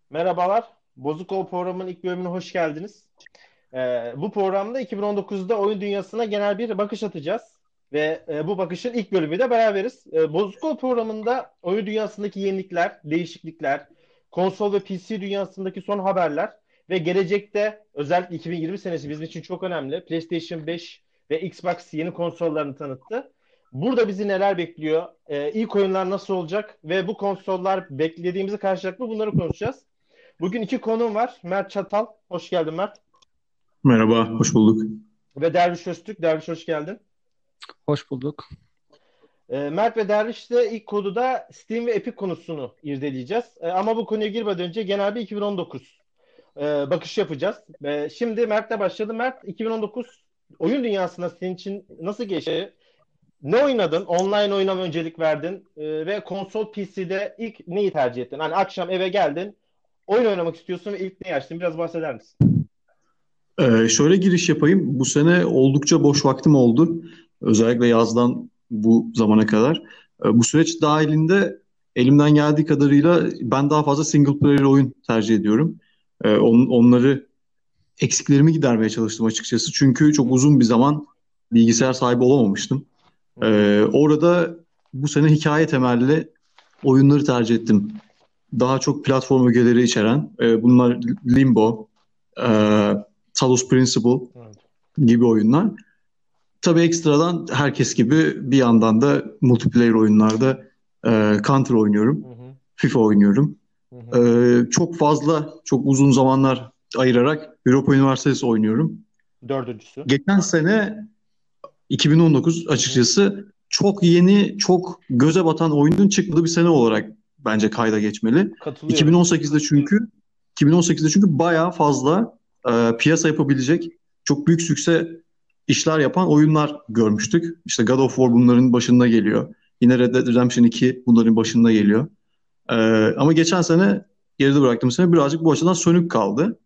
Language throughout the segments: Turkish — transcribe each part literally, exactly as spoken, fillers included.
Merhabalar. Bozukol programının ilk bölümüne hoş geldiniz. Ee, bu programda iki bin on dokuzda oyun dünyasına genel bir bakış atacağız. Ve e, bu bakışın ilk bölümü de beraberiz. Ee, Bozukol programında oyun dünyasındaki yenilikler, değişiklikler, konsol ve P C dünyasındaki son haberler ve gelecekte özellikle iki bin yirmi senesi bizim için çok önemli. PlayStation beş ve Xbox yeni konsollarını tanıttı. Burada bizi neler bekliyor? Ee, ilk oyunlar nasıl olacak? Ve bu konsollar beklediğimizi karşılayacak mı? Bunları konuşacağız. Bugün iki konuğum var. Mert Çatal. Hoş geldin Mert. Merhaba, hoş bulduk. Ve Derviş Öztürk. Derviş hoş geldin. Hoş bulduk. Ee, Mert ve Derviş de ilk konuda Steam ve Epic konusunu irdeleyeceğiz. Ee, ama bu konuya girmeden önce genel bir iki bin on dokuz e, bakış yapacağız. Ee, şimdi Mert'le başladı. Mert, iki bin on dokuz oyun dünyasında senin için nasıl geçti? Ne oynadın? Online oyuna mı öncelik verdin? Ee, ve konsol P C'de ilk neyi tercih ettin? Hani akşam eve geldin, oyun oynamak istiyorsun ve ilk neyi açtın? Biraz bahseder misin? Ee, şöyle giriş yapayım. Bu sene oldukça boş vaktim oldu. Özellikle yazdan bu zamana kadar. Ee, bu süreç dahilinde elimden geldiği kadarıyla ben daha fazla single player oyun tercih ediyorum. Ee, on- onları eksiklerimi gidermeye çalıştım açıkçası. Çünkü çok uzun bir zaman bilgisayar sahibi olamamıştım. Hı hı. Ee, orada bu sene hikaye temelli oyunları tercih ettim. Daha çok platform ögeleri içeren. e, bunlar Limbo, e, Talos Principle Evet. gibi oyunlar. Tabii ekstradan herkes gibi bir yandan da multiplayer oyunlarda e, Counter oynuyorum. Hı hı. FIFA oynuyorum. Hı E, hı. çok fazla, çok uzun zamanlar ayırarak Europa Universalis oynuyorum. Dördüncüsü. Geçen sene iki bin on dokuz Hı hı. açıkçası çok yeni, çok göze batan oyunun çıkmadığı bir sene olarak bence kayda geçmeli. Katılıyorum. iki bin on sekizde çünkü iki bin on sekizde çünkü bayağı fazla e, piyasa yapabilecek çok büyük sükse işler yapan oyunlar görmüştük. İşte God of War bunların başında geliyor. Yine Red Dead Redemption iki bunların başında geliyor. E, ama geçen sene geride bıraktığım sene birazcık bu açıdan sönük kaldı.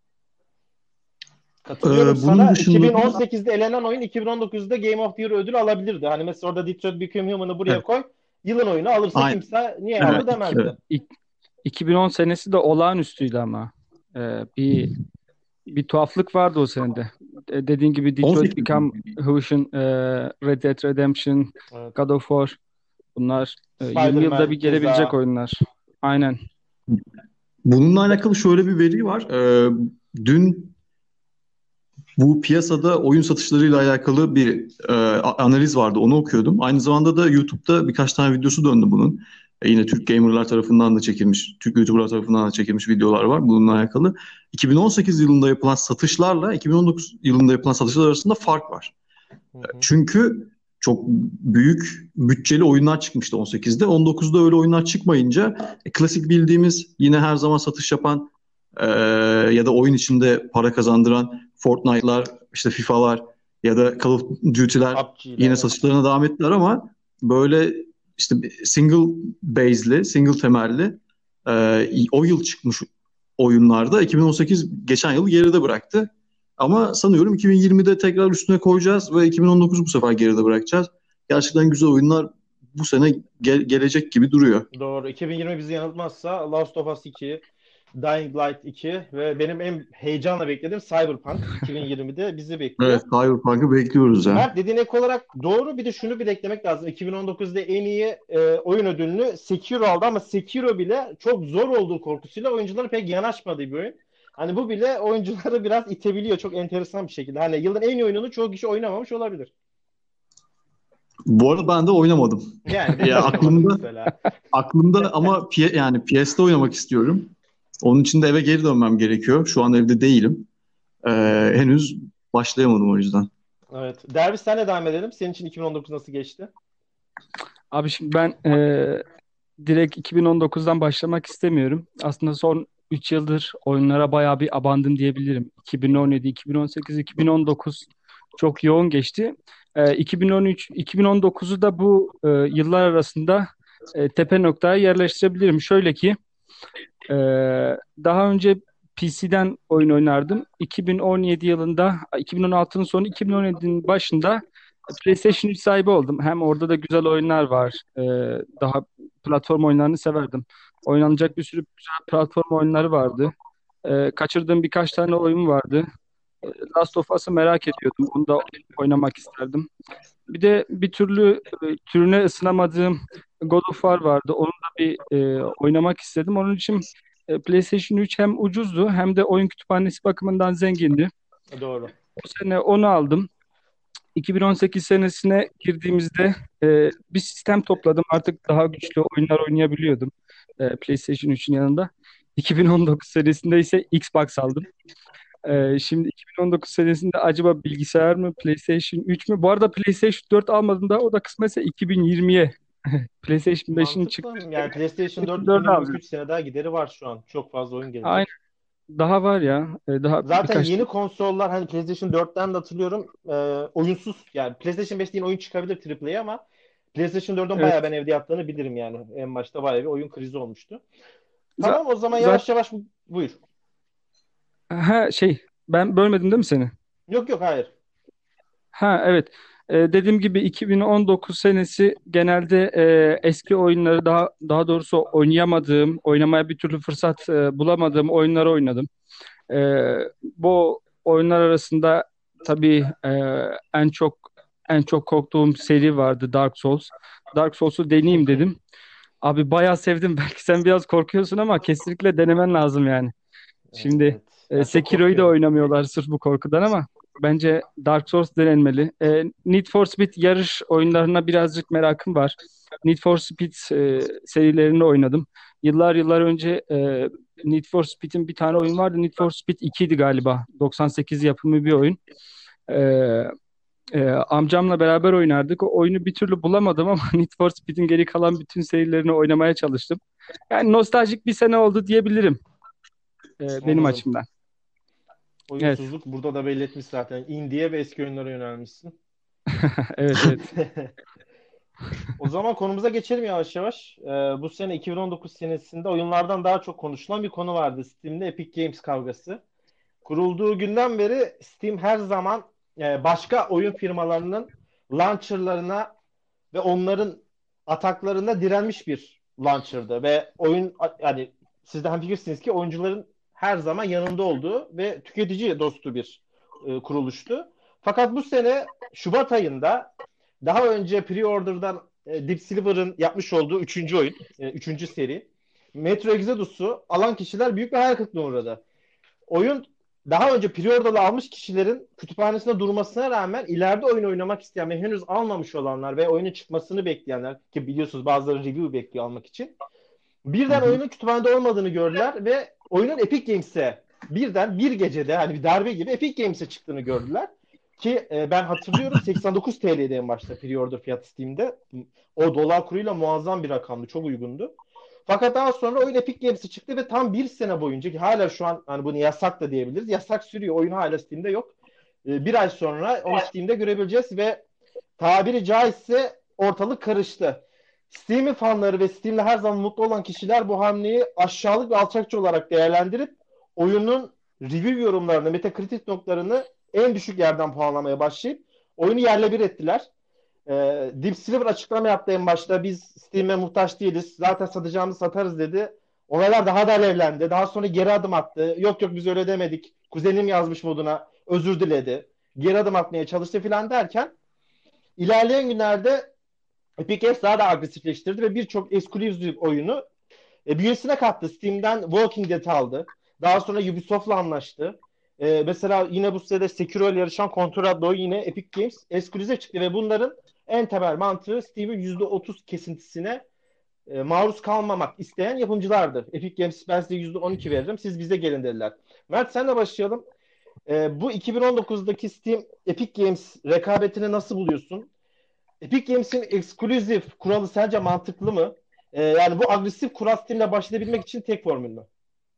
E, Katılıyorum bunun sana. dışında da iki bin on sekizde elenen oyun iki bin on dokuzda Game of the Year ödülü alabilirdi. Hani mesela orada Detroit Become Human'ı buraya evet, koy. Yılın oyunu alırsa aynen, kimse niye evet, aldı İki, demezdi. evet. ik- iki bin on senesi de olağanüstüydü ama. Ee, bir bir tuhaflık vardı o senede. E, dediğin gibi Detroit on sekiz. Become Human, e, Red Dead Redemption, Evet. God of War. Bunlar e, yirmi yılda Spider-Man bir gelebilecek keza. oyunlar. Aynen. Bununla alakalı şöyle bir veri var. Ee, dün bu piyasada oyun satışlarıyla alakalı bir e, a- analiz vardı. Onu okuyordum. Aynı zamanda da YouTube'da birkaç tane videosu döndü bunun. E, yine Türk gamerlar tarafından da çekilmiş, Türk YouTuber'lar tarafından da çekilmiş videolar var bununla alakalı. iki bin on sekiz yılında yapılan satışlarla iki bin on dokuz yılında yapılan satışlar arasında fark var. Hı hı. Çünkü çok büyük bütçeli oyunlar çıkmıştı on sekizde. on dokuzda öyle oyunlar çıkmayınca e, klasik bildiğimiz yine her zaman satış yapan e, ya da oyun içinde para kazandıran Fortnite'lar, işte FIFA'lar ya da Call of Duty'ler P U B G'ler. yine Evet. satışlarına devam ettiler ama böyle işte single base'li, single temelli e, o yıl çıkmış oyunlarda iki bin on sekiz geçen yıl geride bıraktı. Ama sanıyorum iki bin yirmide tekrar üstüne koyacağız ve iki bin on dokuzu bu sefer geride bırakacağız. Gerçekten güzel oyunlar bu sene gel- gelecek gibi duruyor. Doğru. iki bin yirmi bizi yanıltmazsa Last of Us iki, Dying Light iki ve benim en heyecanla beklediğim Cyberpunk iki bin yirmide bizi bekliyor. Evet, Cyberpunk'ı bekliyoruz ya. Mert dediğin ek olarak doğru. Bir de şunu bir de eklemek lazım. iki bin on dokuzda en iyi e, oyun ödülünü Sekiro aldı ama Sekiro bile çok zor olduğu korkusuyla oyuncuların pek yanaşmadığı bir oyun. Hani bu bile oyuncuları biraz itebiliyor çok enteresan bir şekilde. Hani yılın en iyi oyununu çoğu kişi oynamamış olabilir. Bu arada ben de oynamadım. Yani ben de Ya oynamadım aklımda mesela. aklımda ama P- yani P S'te oynamak istiyorum. Onun için de eve geri dönmem gerekiyor. Şu an evde değilim. Ee, henüz başlayamadım o yüzden. Evet. Derviş senle devam edelim. Senin için iki bin on dokuz nasıl geçti? Abi şimdi ben e, direkt iki bin on dokuzdan başlamak istemiyorum. Aslında son üç yıldır oyunlara bayağı bir abandım diyebilirim. iki bin on yedi, iki bin on sekiz, iki bin on dokuz çok yoğun geçti. Ee, iki bin on üç, iki bin on dokuzu da bu e, yıllar arasında e, tepe noktaya yerleştirebilirim. Şöyle ki e, daha önce P C'den oyun oynardım. iki bin on yedi yılında, iki bin on altının sonu, iki bin on yedinin başında PlayStation üç sahibi oldum. Hem orada da güzel oyunlar var. Ee, daha platform oyunlarını severdim. Oynanacak bir sürü güzel platform oyunları vardı. Ee, kaçırdığım birkaç tane oyun vardı. Ee, Last of Us'ı merak ediyordum. Onu da oynamak isterdim. Bir de bir türlü e, türüne ısınamadığım God of War vardı. Onu da bir e, oynamak istedim. Onun için e, PlayStation üç hem ucuzdu hem de oyun kütüphanesi bakımından zengindi. Doğru. Bu sene onu aldım. iki bin on sekiz senesine girdiğimizde e, bir sistem topladım. Artık daha güçlü oyunlar oynayabiliyordum e, PlayStation üçün yanında. iki bin on dokuz senesinde ise Xbox aldım. E, şimdi iki bin on dokuz senesinde acaba bilgisayar mı, PlayStation üç mü? Bu arada PlayStation dört almadım da o da kısmetse iki bin yirmiye PlayStation beşin Mantıklı. çıktığı Yani PlayStation dört PlayStation dördü aldım. iki bin yirmi üç sene daha gideri var şu an. Çok fazla oyun Aynen, gelecek. daha var ya. E, daha Zaten birkaç yeni konsollar hani PlayStation dörtten de hatırlıyorum e, oyunsuz yani PlayStation beşte yine oyun çıkabilir A A A ama PlayStation dördün evet. bayağı ben evde yaptığını bilirim yani. En başta bayağı bir oyun krizi olmuştu. Za- Tamam o zaman zaten yavaş yavaş buyur. ha şey ben bölmedim değil mi seni? Yok yok hayır. Ha evet. Ee, dediğim gibi iki bin on dokuz senesi genelde e, eski oyunları daha daha doğrusu oynayamadığım, oynamaya bir türlü fırsat e, bulamadığım oyunları oynadım. Ee, Bu oyunlar arasında tabii e, en çok en çok korktuğum seri vardı Dark Souls. Dark Souls'u deneyeyim dedim. Abi bayağı sevdim. Belki sen biraz korkuyorsun ama kesinlikle denemen lazım yani. Şimdi Evet. e, Ben çok Sekiro'yu da korkuyorum. oynamıyorlar sırf bu korkudan ama bence Dark Souls denenmeli. E, Need for Speed yarış oyunlarına birazcık merakım var. Need for Speed e, serilerini oynadım. Yıllar yıllar önce e, Need for Speed'in bir tane oyun vardı. Need for Speed iki idi galiba. doksan sekiz yapımı bir oyun. E, e, Amcamla beraber oynardık. O oyunu bir türlü bulamadım ama Need for Speed'in geri kalan bütün serilerini oynamaya çalıştım. Yani nostaljik bir sene oldu diyebilirim e, benim Anladım. açımdan. Evet. Oyunsuzluk burada da belli etmiş zaten. Indie'ye ve eski oyunlara yönelmişsin. Evet, evet. O zaman konumuza geçelim yavaş yavaş. Ee, bu sene iki bin on dokuz senesinde oyunlardan daha çok konuşulan bir konu vardı. Steam'de Epic Games kavgası. Kurulduğu günden beri Steam her zaman e, başka oyun firmalarının launcherlarına ve onların ataklarına direnmiş bir launcher'dı ve oyun yani siz de hemfikirsiniz ki oyuncuların her zaman yanında olduğu ve tüketici dostu bir e, kuruluştu. Fakat bu sene Şubat ayında daha önce pre-order'dan e, Deep Silver'ın yapmış olduğu üçüncü oyun, e, üçüncü seri Metro Exodus'u alan kişiler büyük bir hayal kırıklığına uğradı. Oyun daha önce pre-order'lı almış kişilerin kütüphanesinde durmasına rağmen ileride oyun oynamak isteyen ve henüz almamış olanlar ve oyunun çıkmasını bekleyenler ki biliyorsunuz bazıları review bekliyor almak için. Hı Birden hı. oyunun kütüphanede olmadığını gördüler ve oyunun Epic Games'e birden bir gecede hani bir darbe gibi Epic Games'e çıktığını gördüler. Ki e, ben hatırlıyorum seksen dokuz T L'ydi en başta pre-order fiyatı Steam'de. O dolar kuruyla muazzam bir rakamdı. Çok uygundu. Fakat daha sonra oyun Epic Games'e çıktı ve tam bir sene boyunca ki hala şu an hani bunu yasak da diyebiliriz. Yasak sürüyor. Oyun hala Steam'de yok. E, bir ay sonra onu Steam'de görebileceğiz ve tabiri caizse ortalık karıştı. Steam'in fanları ve Steam'le her zaman mutlu olan kişiler bu hamleyi aşağılık ve alçakça olarak değerlendirip oyunun review yorumlarını, Metacritic notlarını en düşük yerden puanlamaya başlayıp oyunu yerle bir ettiler. Ee, Deep Silver açıklama yaptı en başta. Biz Steam'e muhtaç değiliz. Zaten satacağımızı satarız dedi. Olaylar daha da alevlendi. Daha sonra geri adım attı. Yok yok biz öyle demedik. Kuzenim yazmış moduna. Özür diledi. Geri adım atmaya çalıştı filan derken ilerleyen günlerde Epic Games daha da agresifleştirdi ve birçok exclusive oyunu e, bünyesine kattı. Steam'den Walking Dead aldı. Daha sonra Ubisoft'la anlaştı. E, mesela yine bu sırada Sekiro ile yarışan Control adlı oyun yine Epic Games exclusive çıktı ve bunların en temel mantığı Steam'in yüzde otuz kesintisine e, maruz kalmamak isteyen yapımcılardır. Epic Games ben size yüzde on iki veririm siz bize gelin dediler. Mert senle başlayalım. E, bu iki bin on dokuzdaki Steam Epic Games rekabetini nasıl buluyorsun? Epic Games'in exclusive kuralı sence mantıklı mı? Ee, yani bu agresif kural Steam'le başlayabilmek için tek formül mü?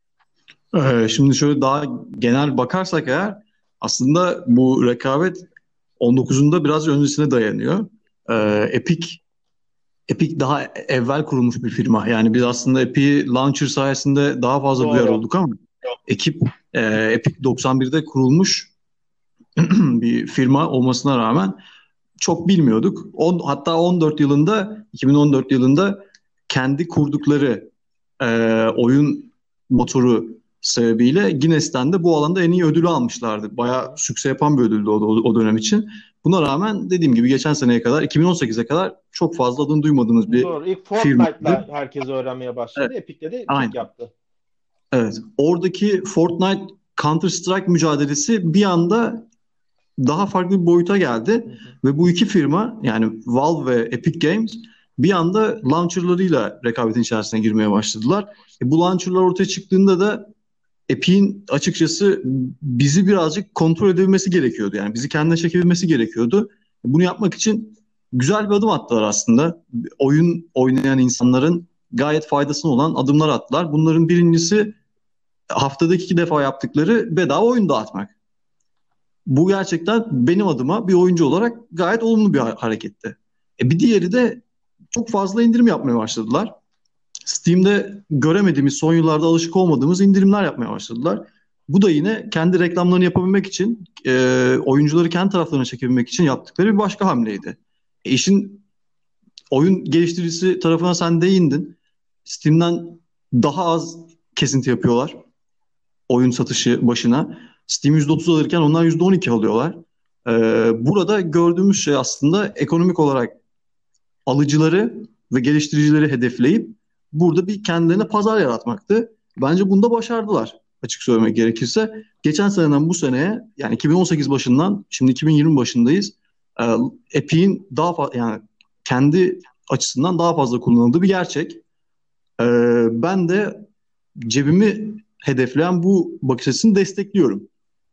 Ee, şimdi şöyle daha genel bakarsak eğer aslında bu rekabet on dokuzunda biraz öncesine dayanıyor. Ee, Epic Epic daha evvel kurulmuş bir firma. Yani biz aslında Epic'i Launcher sayesinde daha fazla duyar Doğru. olduk ama ekip e, Epic doksan birde kurulmuş bir firma olmasına rağmen çok bilmiyorduk. On, hatta on dört yılında iki bin on dört yılında kendi kurdukları e, oyun motoru sebebiyle Guinness'ten de bu alanda en iyi ödülü almışlardı. Bayağı sükse yapan bir ödüldü o, o, o dönem için. Buna rağmen dediğim gibi geçen seneye kadar, iki bin on sekize kadar çok fazla adını duymadığımız bir Doğru. İlk firmaydı. Fortnite'la herkes öğrenmeye başladı. Evet, Epic'te de aynen. pik yaptı. Evet. Oradaki Fortnite Counter Strike mücadelesi bir anda daha farklı bir boyuta geldi. Hı hı. Ve bu iki firma, yani Valve ve Epic Games, bir anda launcherlarıyla rekabetin içerisine girmeye başladılar. E bu launcherlar ortaya çıktığında da Epic'in açıkçası bizi birazcık kontrol edebilmesi gerekiyordu. Yani bizi kendine çekebilmesi gerekiyordu. Bunu yapmak için güzel bir adım attılar aslında. Oyun oynayan insanların gayet faydasına olan adımlar attılar. Bunların birincisi haftada iki defa yaptıkları bedava oyun dağıtmak. Bu gerçekten benim adıma bir oyuncu olarak gayet olumlu bir hareketti. E bir diğeri de çok fazla indirim yapmaya başladılar. Steam'de göremediğimiz, son yıllarda alışık olmadığımız indirimler yapmaya başladılar. Bu da yine kendi reklamlarını yapabilmek için, e, oyuncuları kendi taraflarına çekebilmek için yaptıkları bir başka hamleydi. E işin oyun geliştiricisi tarafına sen değindin. Steam'den daha az kesinti yapıyorlar oyun satışı başına. Steam yüzde otuz alırken onlar yüzde on iki alıyorlar. Ee, burada gördüğümüz şey aslında ekonomik olarak alıcıları ve geliştiricileri hedefleyip burada bir kendilerine pazar yaratmaktı. Bence bunu da başardılar, açık söylemek gerekirse. Geçen seneden bu seneye, yani iki bin on sekiz başından şimdi iki bin yirmi başındayız. Ee, Epic'in daha fa- yani kendi açısından daha fazla kullanıldığı bir gerçek. Ee, ben de cebimi hedefleyen bu bakış açısını destekliyorum.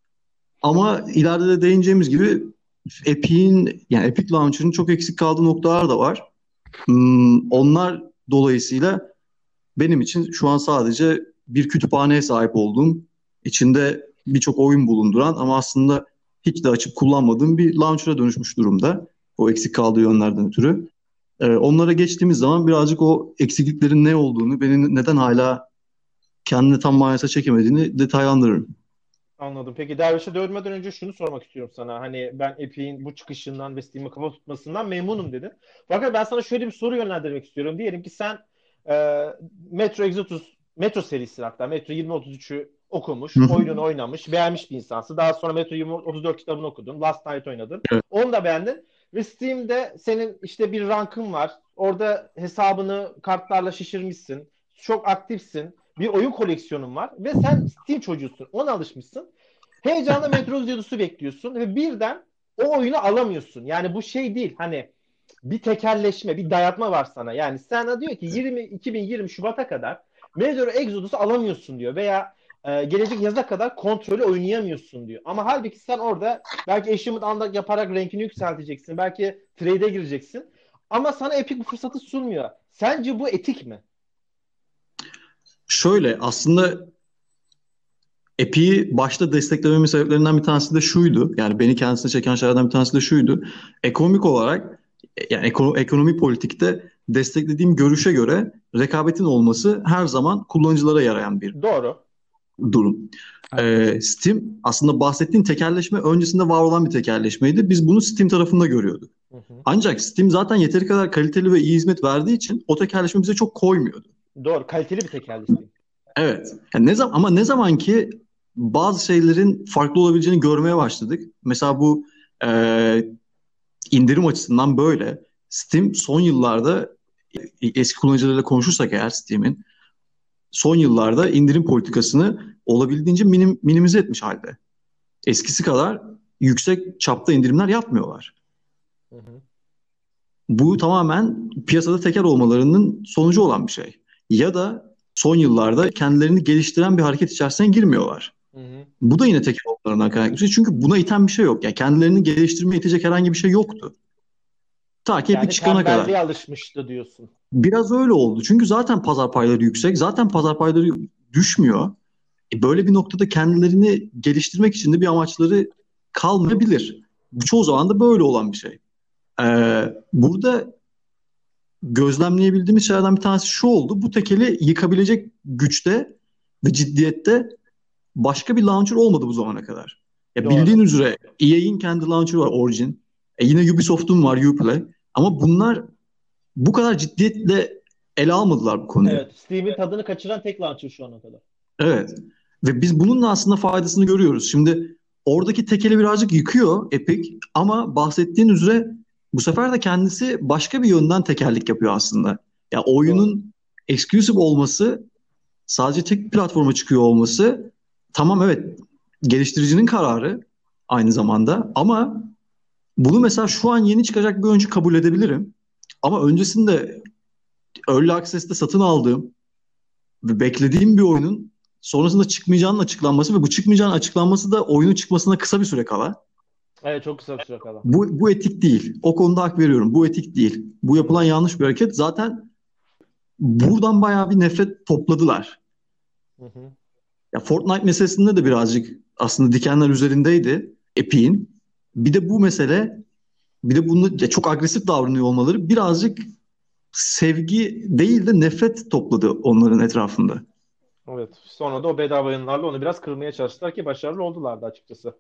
Ama ileride de değineceğimiz gibi Epic'in, yani Epic Launcher'ın çok eksik kaldığı noktalar da var. Hmm, onlar dolayısıyla benim için şu an sadece bir kütüphaneye sahip olduğum, içinde birçok oyun bulunduran ama aslında hiç de açıp kullanmadığım bir launcher'a dönüşmüş durumda. O eksik kaldığı yönlerden ötürü. Ee, onlara geçtiğimiz zaman birazcık o eksikliklerin ne olduğunu, beni neden hala kendini tam manasıyla çekemediğini detaylandırırım. Anladım. Peki Derviş'e dönmeden önce şunu sormak istiyorum sana. Hani ben Epic'in bu çıkışından ve Steam'i kafa tutmasından memnunum dedin. Fakat ben sana şöyle bir soru yönlendirmek istiyorum. Diyelim ki sen e, Metro Exodus, Metro serisi, hatta Metro yirmi otuz üçü okumuş, Hı hı. oyununu oynamış, beğenmiş bir insansın. Daha sonra Metro yirmi otuz dört kitabını okudun, Last Night oynadın. Evet. Onu da beğendin. Ve Steam'de senin işte bir rankın var. Orada hesabını kartlarla şişirmişsin. Çok aktifsin. Bir oyun koleksiyonun var. Ve sen Steam çocuğusun. Ona alışmışsın. Heyecanla Metro Exodus'u bekliyorsun. Ve birden o oyunu alamıyorsun. Yani bu şey değil. Hani bir tekelleşme, bir dayatma var sana. Yani sana diyor ki yirmi iki bin yirmi Şubat'a kadar Metro Exodus'u alamıyorsun diyor. Veya e, gelecek yaza kadar kontrolü oynayamıyorsun diyor. Ama halbuki sen orada belki achievement unlock yaparak rankini yükselteceksin. Belki trade'e gireceksin. Ama sana Epic bu fırsatı sunmuyor. Sence bu etik mi? Şöyle aslında Epic'i başta desteklememin sebeplerinden bir tanesi de şuydu. Yani beni kendisine çeken şeylerden bir tanesi de şuydu. Ekonomik olarak, yani ekonomi, ekonomi politikte desteklediğim görüşe göre rekabetin olması her zaman kullanıcılara yarayan bir Doğru. durum. Ee, Steam aslında bahsettiğin tekelleşme öncesinde var olan bir tekelleşmeydi. Biz bunu Steam tarafında görüyorduk. Hı hı. Ancak Steam zaten yeteri kadar kaliteli ve iyi hizmet verdiği için o tekelleşme bize çok koymuyordu. Doğru. Kaliteli bir tekelleşme. Evet. Yani ne zaman ama ne zaman ki bazı şeylerin farklı olabileceğini görmeye başladık. Mesela bu e, indirim açısından böyle. Steam son yıllarda, eski kullanıcılarıyla konuşursak eğer, Steam'in son yıllarda indirim politikasını olabildiğince minim, minimize etmiş halde. Eskisi kadar yüksek çapta indirimler yapmıyorlar. Hı hı. Bu tamamen piyasada tekel olmalarının sonucu olan bir şey. Ya da son yıllarda kendilerini geliştiren bir hareket içerisine girmiyorlar. Hı hı. Bu da yine tekel olmalarından kaynaklı bir şey. Çünkü buna iten bir şey yok. Yani kendilerini geliştirmeye itecek herhangi bir şey yoktu. Ta ki Epic Yani çıkana kadar. tembelliğe alışmıştı diyorsun. Biraz öyle oldu. Çünkü zaten pazar payları yüksek. Zaten pazar payları düşmüyor. E böyle bir noktada kendilerini geliştirmek için de bir amaçları kalmayabilir. Bu çoğu zaman da böyle olan bir şey. Ee, burada gözlemleyebildiğimiz şeylerden bir tanesi şu oldu. Bu tekeli yıkabilecek güçte ve ciddiyette başka bir launcher olmadı bu zamana kadar. Ya Doğru. bildiğin üzere E A'in kendi launcher'ı var, Origin. E yine Ubisoft'un var, Uplay. Ama bunlar bu kadar ciddiyetle ele almadılar bu konuyu. Evet. Steam'in tadını kaçıran tek launcher şu ana kadar. Evet. Ve biz bunun da aslında faydasını görüyoruz. Şimdi oradaki tekeli birazcık yıkıyor Epic ama bahsettiğin üzere bu sefer de kendisi başka bir yönden tekellik yapıyor aslında. Ya Doğru. oyunun exclusive olması, sadece tek platforma çıkıyor olması, tamam evet, geliştiricinin kararı aynı zamanda ama bunu mesela şu an yeni çıkacak bir oyuncu kabul edebilirim. Ama öncesinde Early Access'te satın aldığım ve beklediğim bir oyunun sonrasında çıkmayacağının açıklanması ve bu çıkmayacağının açıklanması da oyunun çıkmasına kısa bir süre kala. Evet, çok kısa bir süre kala. Bu, bu etik değil. O konuda hak veriyorum. Bu etik değil. Bu yapılan yanlış bir hareket. Zaten buradan bayağı bir nefret topladılar. Hı hı. Ya Fortnite meselesinde de birazcık aslında dikenler üzerindeydi Epic'in. Bir de bu mesele, bir de bunu ya çok agresif davranıyor olmaları birazcık sevgi değil de nefret topladı onların etrafında. Evet. Sonra da o bedava oyunlarla onu biraz kırmaya çalıştılar ki başarılı oldular da açıkçası.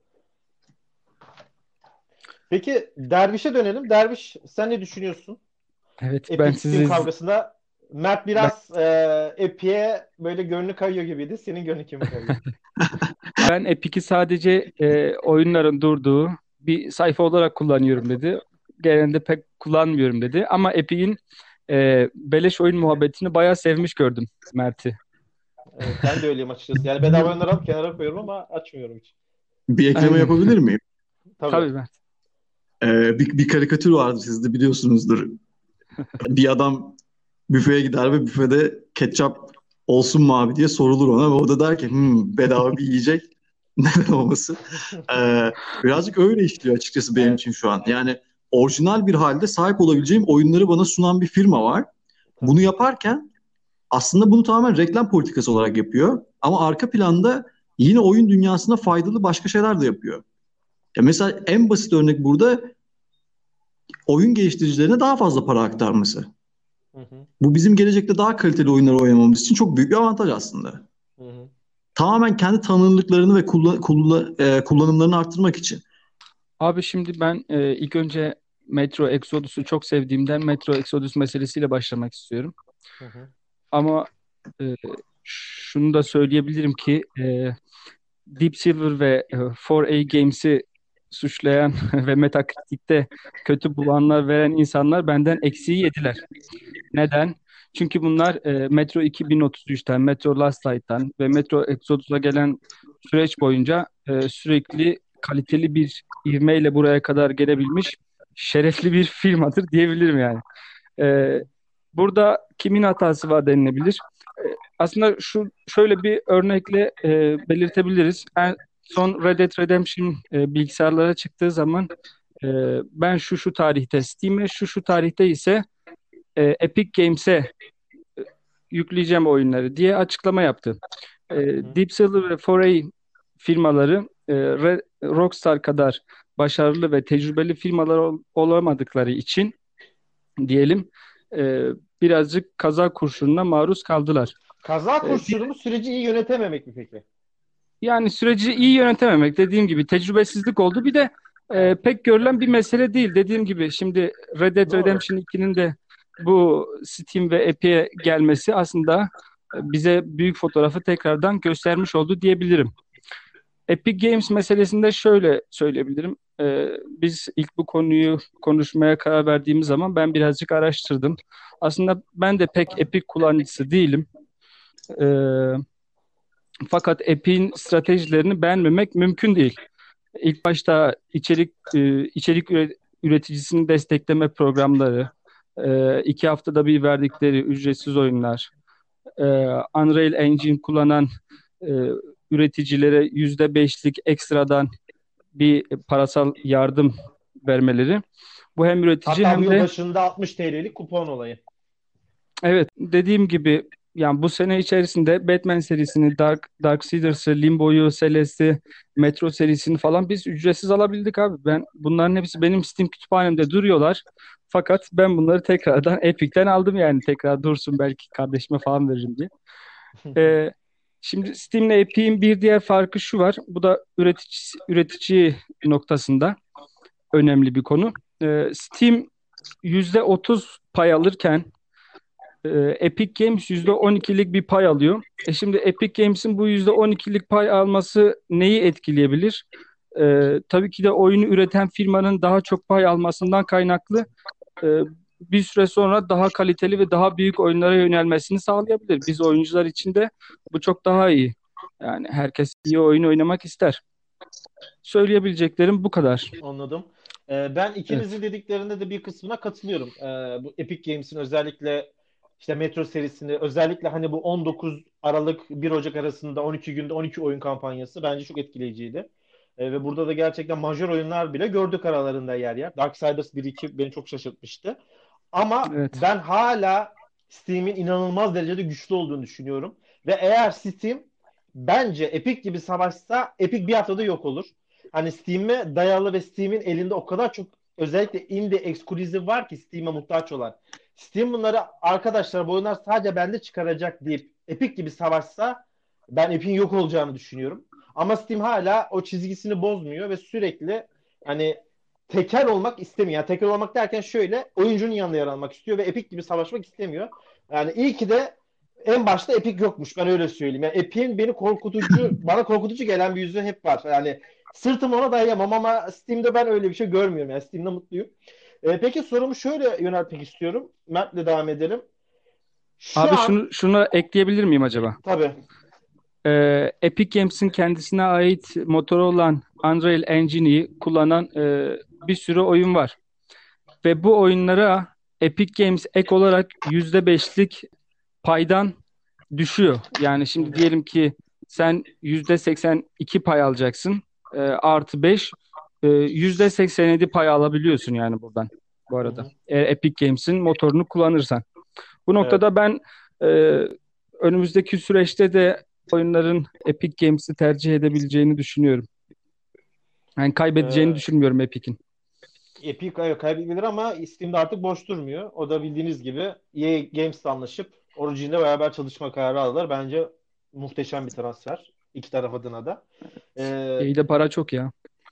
Peki Derviş'e dönelim. Derviş, sen ne düşünüyorsun? Evet, ben Epic Steam sizi kavgasında Mert ben, biraz e, Epic'e böyle gönlü kayıyor gibiydi. Senin gönlün kime kayıyor? ben Epic'i sadece e, oyunların durduğu bir sayfa olarak kullanıyorum dedi. Genelde pek kullanmıyorum dedi. Ama Epic'in e, beleş oyun muhabbetini bayağı sevmiş gördüm Mert'i. Evet, ben de öyleyim açıkçası. Yani bedava oyunları alıp kenara koyuyorum ama açmıyorum hiç. Bir ekleme Aynen. yapabilir miyim? Tabii. Tabii Mert. Ee, bir, bir karikatür vardı, siz de biliyorsunuzdur. Bir adam büfeye gider ve büfede ketçap olsun mu abi diye sorulur ona ve o da der ki hmm, bedava bir yiyecek neden olmasın. Ee, birazcık öyle işliyor açıkçası benim için Evet. şu an. Yani orijinal bir halde sahip olabileceğim oyunları bana sunan bir firma var. Bunu Tabii. yaparken aslında bunu tamamen reklam politikası olarak yapıyor. Ama arka planda yine oyun dünyasına faydalı başka şeyler de yapıyor. Ya mesela en basit örnek burada oyun geliştiricilerine daha fazla para aktarması. Hı hı. Bu bizim gelecekte daha kaliteli oyunlar oynamamız için çok büyük bir avantaj aslında. Hı hı. Tamamen kendi tanınırlıklarını ve kullan- kullan- e, kullanımlarını arttırmak için. Abi şimdi ben e, ilk önce Metro Exodus'u çok sevdiğimden Metro Exodus meselesiyle başlamak istiyorum. Hı hı. Ama e, şunu da söyleyebilirim ki e, Deep Silver ve e, dört A Games'i suçlayan ve Metacritic'te kötü puanlar veren insanlar benden eksiği yediler. Neden? Çünkü bunlar e, Metro iki bin otuz üçten, Metro Last Light'tan ve Metro Exodus'a gelen süreç boyunca e, sürekli kaliteli bir ivmeyle buraya kadar gelebilmiş şerefli bir firmadır diyebilirim yani. E, Burada kimin hatası var denilebilir. E, Aslında şu şöyle bir örnekle e, belirtebiliriz. En son Red Dead Redemption e, bilgisayarlara çıktığı zaman e, ben şu şu tarihte Steam'e, şu şu tarihte ise e, Epic Games'e yükleyeceğim oyunları diye açıklama yaptı. E, Hı hı. Deep Silver ve dört A firmaları e, Re- Rockstar kadar başarılı ve tecrübeli firmalar ol- olamadıkları için diyelim e, birazcık kaza kurşununa maruz kaldılar. Kaza E, kurşunu mu, süreci iyi yönetememek mi peki? Yani süreci iyi yönetememek dediğim gibi tecrübesizlik oldu. Bir de e, Evet. pek görülen bir mesele değil. Dediğim gibi şimdi Red Dead Doğru. Redemption ikinin de bu Steam ve Epic'e gelmesi aslında e, bize büyük fotoğrafı tekrardan göstermiş oldu diyebilirim. Epic Games meselesinde şöyle söyleyebilirim. E, biz ilk bu konuyu konuşmaya karar verdiğimiz zaman ben birazcık araştırdım. Aslında ben de pek Epic kullanıcısı değilim. E, Fakat Epic'in stratejilerini beğenmemek mümkün değil. İlk başta içerik e, içerik üre- üreticisini destekleme programları, e, iki haftada bir verdikleri ücretsiz oyunlar, e, Unreal Engine kullanan e, üreticilere yüzde beşlik ekstradan bir parasal yardım vermeleri. Bu hem üretici Hatta bu hem yıl de başında altmış T L'lik kupon olayı. evet, dediğim gibi yani bu sene içerisinde Batman serisini, Dark Darksiders, Limbo'yu, Celeste'i, Metro serisini falan biz ücretsiz alabildik abi. Ben bunların hepsi benim Steam kütüphanemde duruyorlar. Fakat ben bunları tekrardan Epic'ten aldım yani tekrar dursun belki kardeşime falan veririm diye. Ee, Şimdi Steam'le Epic'in bir diğer farkı şu var. Bu da üretici üretici noktasında önemli bir konu. Ee, Steam yüzde otuz pay alırken e, Epic Games yüzde on ikilik bir pay alıyor. E şimdi Epic Games'in bu yüzde on ikilik pay alması neyi etkileyebilir? E, tabii ki de oyunu üreten firmanın daha çok pay almasından kaynaklı e, bir süre sonra daha kaliteli ve daha büyük oyunlara yönelmesini sağlayabilir. Biz oyuncular için de bu çok daha iyi. Yani herkes iyi oyun oynamak ister. Söyleyebileceklerim bu kadar. Anladım. Ee, ben Evet. ikinizin dediklerinde de bir kısmına katılıyorum. Ee, bu Epic Games'in özellikle işte Metro serisini, özellikle hani bu on dokuz Aralık bir Ocak arasında on iki günde on iki oyun kampanyası bence çok etkileyiciydi. Ee, ve burada da gerçekten majör oyunlar bile gördük aralarında yer yer. Darksiders bir iki beni çok şaşırtmıştı. Ama Evet. ben hala Steam'in inanılmaz derecede güçlü olduğunu düşünüyorum. Ve eğer Steam bence Epic gibi savaşsa Epic bir haftada yok olur. Hani Steam'e dayalı ve Steam'in elinde o kadar çok özellikle indie exclusive var ki Steam'e muhtaç olan. Steam bunları arkadaşlar bu oyunlar sadece bende çıkaracak deyip Epic gibi savaşsa ben Epic'in yok olacağını düşünüyorum. Ama Steam hala o çizgisini bozmuyor ve sürekli hani tekel olmak istemiyor. Yani tekel olmak derken şöyle oyuncunun yanında yer almak istiyor ve Epic gibi savaşmak istemiyor. Yani iyi ki de en başta Epic yokmuş. Ben öyle söyleyeyim. Yani Epic'in beni korkutucu, bana korkutucu gelen bir yüzü hep var. Yani sırtımı ona dayayamam ama Steam'de ben öyle bir şey görmüyorum. Yani Steam'de mutluyum. Ee, peki sorumu şöyle yöneltmek istiyorum. Mert'le devam edelim. Şu Abi an şunu şunu ekleyebilir miyim acaba? tabii. Ee, Epic Games'in kendisine ait motoru olan Unreal Engine'i kullanan e, bir sürü oyun var. Ve bu oyunlara Epic Games ek olarak yüzde beşlik paydan düşüyor. Yani Hı şimdi hı, diyelim ki sen yüzde seksen iki pay alacaksın. E, artı beş e, yüzde seksen yedi pay alabiliyorsun yani buradan bu hı arada. hı. Eğer Epic Games'in motorunu kullanırsan. Bu Evet. noktada ben e, önümüzdeki süreçte de oyunların Epic Games'i tercih edebileceğini düşünüyorum. Yani kaybedeceğini Ee, düşünmüyorum Epic'in. Epic evet, kaybedebilir ama Steam'de artık boş durmuyor. O da bildiğiniz gibi E A Games'le anlaşıp Origin'le beraber çalışma kararı aldılar. Bence muhteşem bir transfer. İki taraf adına da. Ee, İyi de para çok ya.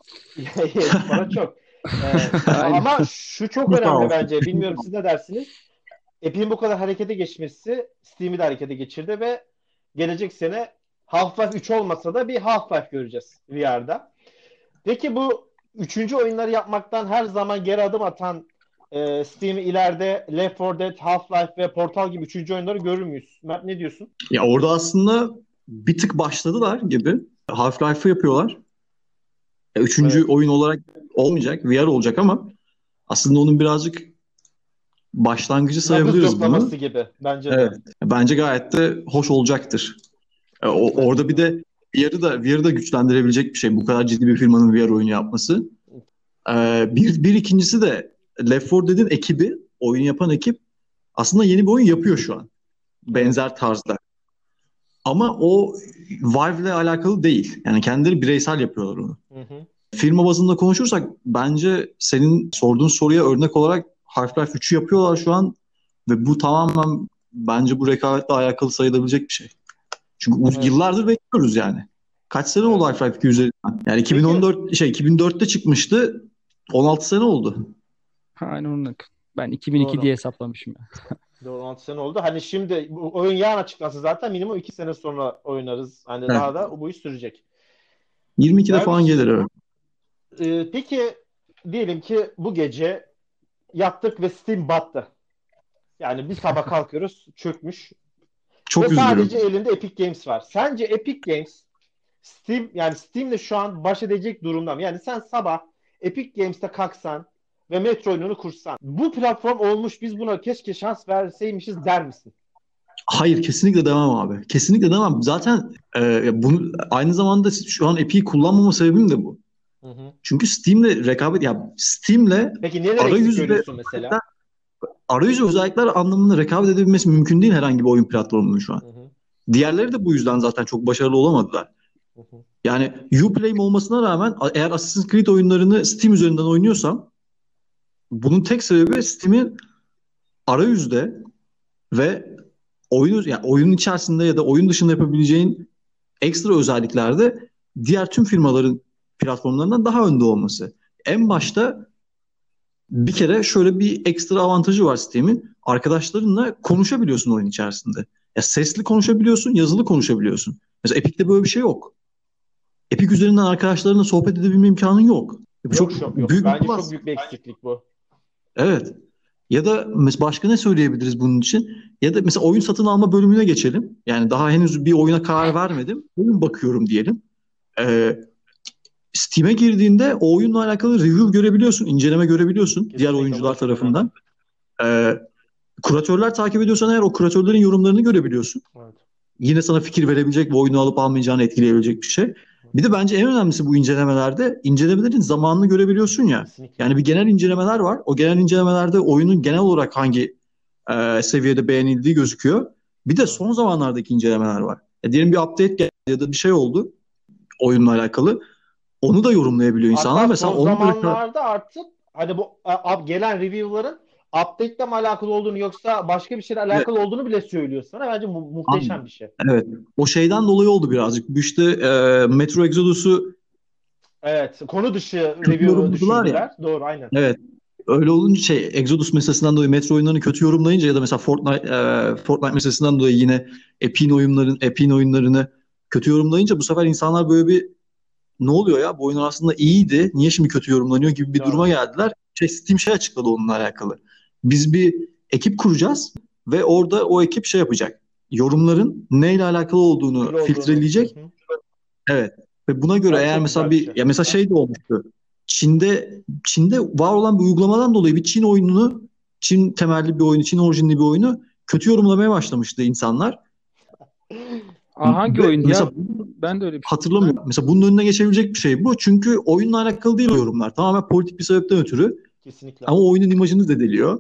para çok. Ee, Aynen. ama şu çok Sağ önemli olsun. bence. Bilmiyorum siz ne dersiniz? Epic'in bu kadar harekete geçmesi Steam'i de harekete geçirdi ve gelecek sene Half-Life üç olmasa da bir Half-Life göreceğiz V R'da. Peki bu üçüncü oyunları yapmaktan her zaman geri adım atan e, Steam'i ileride Left four Dead, Half-Life ve Portal gibi üçüncü oyunları görür müyüz? Mert ne diyorsun? Ya orada aslında bir tık başladılar gibi. Half-Life'ı yapıyorlar. E, Üçüncü Evet. oyun olarak olmayacak, V R olacak ama aslında onun birazcık başlangıcı Nabız sayabiliriz yoklaması bunu. gibi bence Evet. de. Bence gayet de hoş olacaktır. E, o, Bence orada bir de. de V R'ı da V R'ı da güçlendirebilecek bir şey. Bu kadar ciddi bir firmanın V R oyunu yapması. E, bir, bir ikincisi de Left four Dead'in ekibi, oyun yapan ekip aslında yeni bir oyun yapıyor şu an. Evet. Benzer tarzda. Ama o Valve'le alakalı değil. Yani kendileri bireysel yapıyorlar onu. Hı hı. Firma bazında konuşursak bence senin sorduğun soruya örnek olarak Half-Life üçü yapıyorlar şu an ve bu tamamen bence bu rekabetle alakalı sayılabilecek bir şey. Çünkü uz- Evet. yıllardır bekliyoruz yani. Kaç sene oldu Evet. Half-Life iki üzerinden? Yani Peki iki bin on dört şey iki bin dörtte çıkmıştı. on altı sene oldu. Aynen onu. Ben iki bin iki doğru. diye hesaplamışım ya. Doğru on altı sene oldu. Hani şimdi bu oyun yarın açıklansa zaten minimum iki sene sonra oynarız. Hani Evet. daha da bu iş sürecek. yirmi ikide falan Derviş, gelir evet. e, peki diyelim ki bu gece yattık ve Steam battı. Yani bir sabah kalkıyoruz çökmüş ve Çok sadece üzülürüm. elinde Epic Games var. Sence Epic Games Steam yani Steam'le şu an baş edecek durumda mı? Yani sen sabah Epic Games'te kalksan ve Metro oyununu kursan. Bu platform olmuş biz buna keşke şans verseymişiz der misin? Hayır kesinlikle demem abi. Kesinlikle demem. Zaten e, bunu aynı zamanda şu an Epic'i kullanmama sebebim de bu. Hı hı. Çünkü Steam'le rekabet ya Steam'le Peki neler eksik arayüz ve görüyorsun mesela? arayüz ve özellikler anlamında rekabet edebilmesi mümkün değil herhangi bir oyun platformunun şu an. Hı hı. Diğerleri de bu yüzden zaten çok başarılı olamadılar. Hı hı. Yani Uplay olmasına rağmen eğer Assassin's Creed oyunlarını Steam üzerinden oynuyorsam bunun tek sebebi Steam'in arayüzde ve oyun yani oyunun içerisinde ya da oyun dışında yapabileceğin ekstra özelliklerde diğer tüm firmaların platformlarından daha önde olması. En başta Bir kere şöyle bir ekstra avantajı var Steam'in. Arkadaşlarınla konuşabiliyorsun oyun içerisinde. Ya sesli konuşabiliyorsun, yazılı konuşabiliyorsun. Mesela Epic'te böyle bir şey yok. Epic üzerinden arkadaşlarınla sohbet edebilme imkanın yok. Bu çok Yok yok yok. büyük bir Bence çok plus. büyük bir eksiklik bu. Evet. Ya da mes- başka ne söyleyebiliriz bunun için? Ya da mesela oyun satın alma bölümüne geçelim. Yani daha henüz bir oyuna karar vermedim. Oyun bakıyorum diyelim. Ee, Steam'e girdiğinde o oyunla alakalı review görebiliyorsun, inceleme görebiliyorsun diğer Kesinlikle bu da oyuncular çok önemli. tarafından. Ee, Kuratörler takip ediyorsan eğer o kuratörlerin yorumlarını görebiliyorsun. Evet. Yine sana fikir verebilecek ve oyunu alıp almayacağını etkileyebilecek bir şey. Bir de bence en önemlisi bu incelemelerde incelemelerin zamanını görebiliyorsun ya. Kesinlikle. Yani bir genel incelemeler var. O genel incelemelerde oyunun genel olarak hangi e, seviyede beğenildiği gözüküyor. Bir de Evet. son zamanlardaki incelemeler var. Ya diyelim bir update geldi ya da bir şey oldu oyunla alakalı. Onu da yorumlayabiliyor insanlar. Hatta Mesela son onu böyle zamanlarda artık hani bu a- a- gelen review'ların update'le mi alakalı olduğunu yoksa başka bir şeyle alakalı olduğunu bile söylüyor sana. Bence mu- muhteşem bir şey. evet. O şeyden dolayı oldu birazcık. Bu işte e, Metro Exodus'u Evet. Konu dışı kötü review yorumladılar ya. düşürdüler. Doğru, aynen. Evet. Öyle olunca şey Exodus meselesinden dolayı Metro oyunlarını kötü yorumlayınca ya da mesela Fortnite e, Fortnite meselesinden dolayı yine Epic'in oyunların Epic'in oyunlarını kötü yorumlayınca bu sefer insanlar böyle bir ne oluyor ya bu oyun aslında iyiydi. Niye şimdi kötü yorumlanıyor gibi bir Doğru. duruma geldiler. Şey, Steam şey açıkladı onunla alakalı. Biz bir ekip kuracağız ve orada o ekip şey yapacak. Yorumların neyle alakalı olduğunu İyi olduğunu. Hı filtreleyecek. hı. Evet. Ve buna göre Bence eğer çok mesela güzel bir bir şey. ya mesela şey de olmuştu. Çin'de Çin'de var olan bir uygulamadan dolayı bir Çin oyununu Çin temelli bir oyunu, Çin orijinli bir oyunu kötü yorumlamaya başlamıştı insanlar. Aa, hangi Ve oyun ya? mesela Ben de öyle bir şey. hatırlamıyorum. Mesela bunun önüne geçebilecek bir şey bu. Çünkü oyunla alakalı değil o yorumlar. Tamamen politik bir sebepten ötürü. Kesinlikle. Ama oyunun imajını zedeliyor.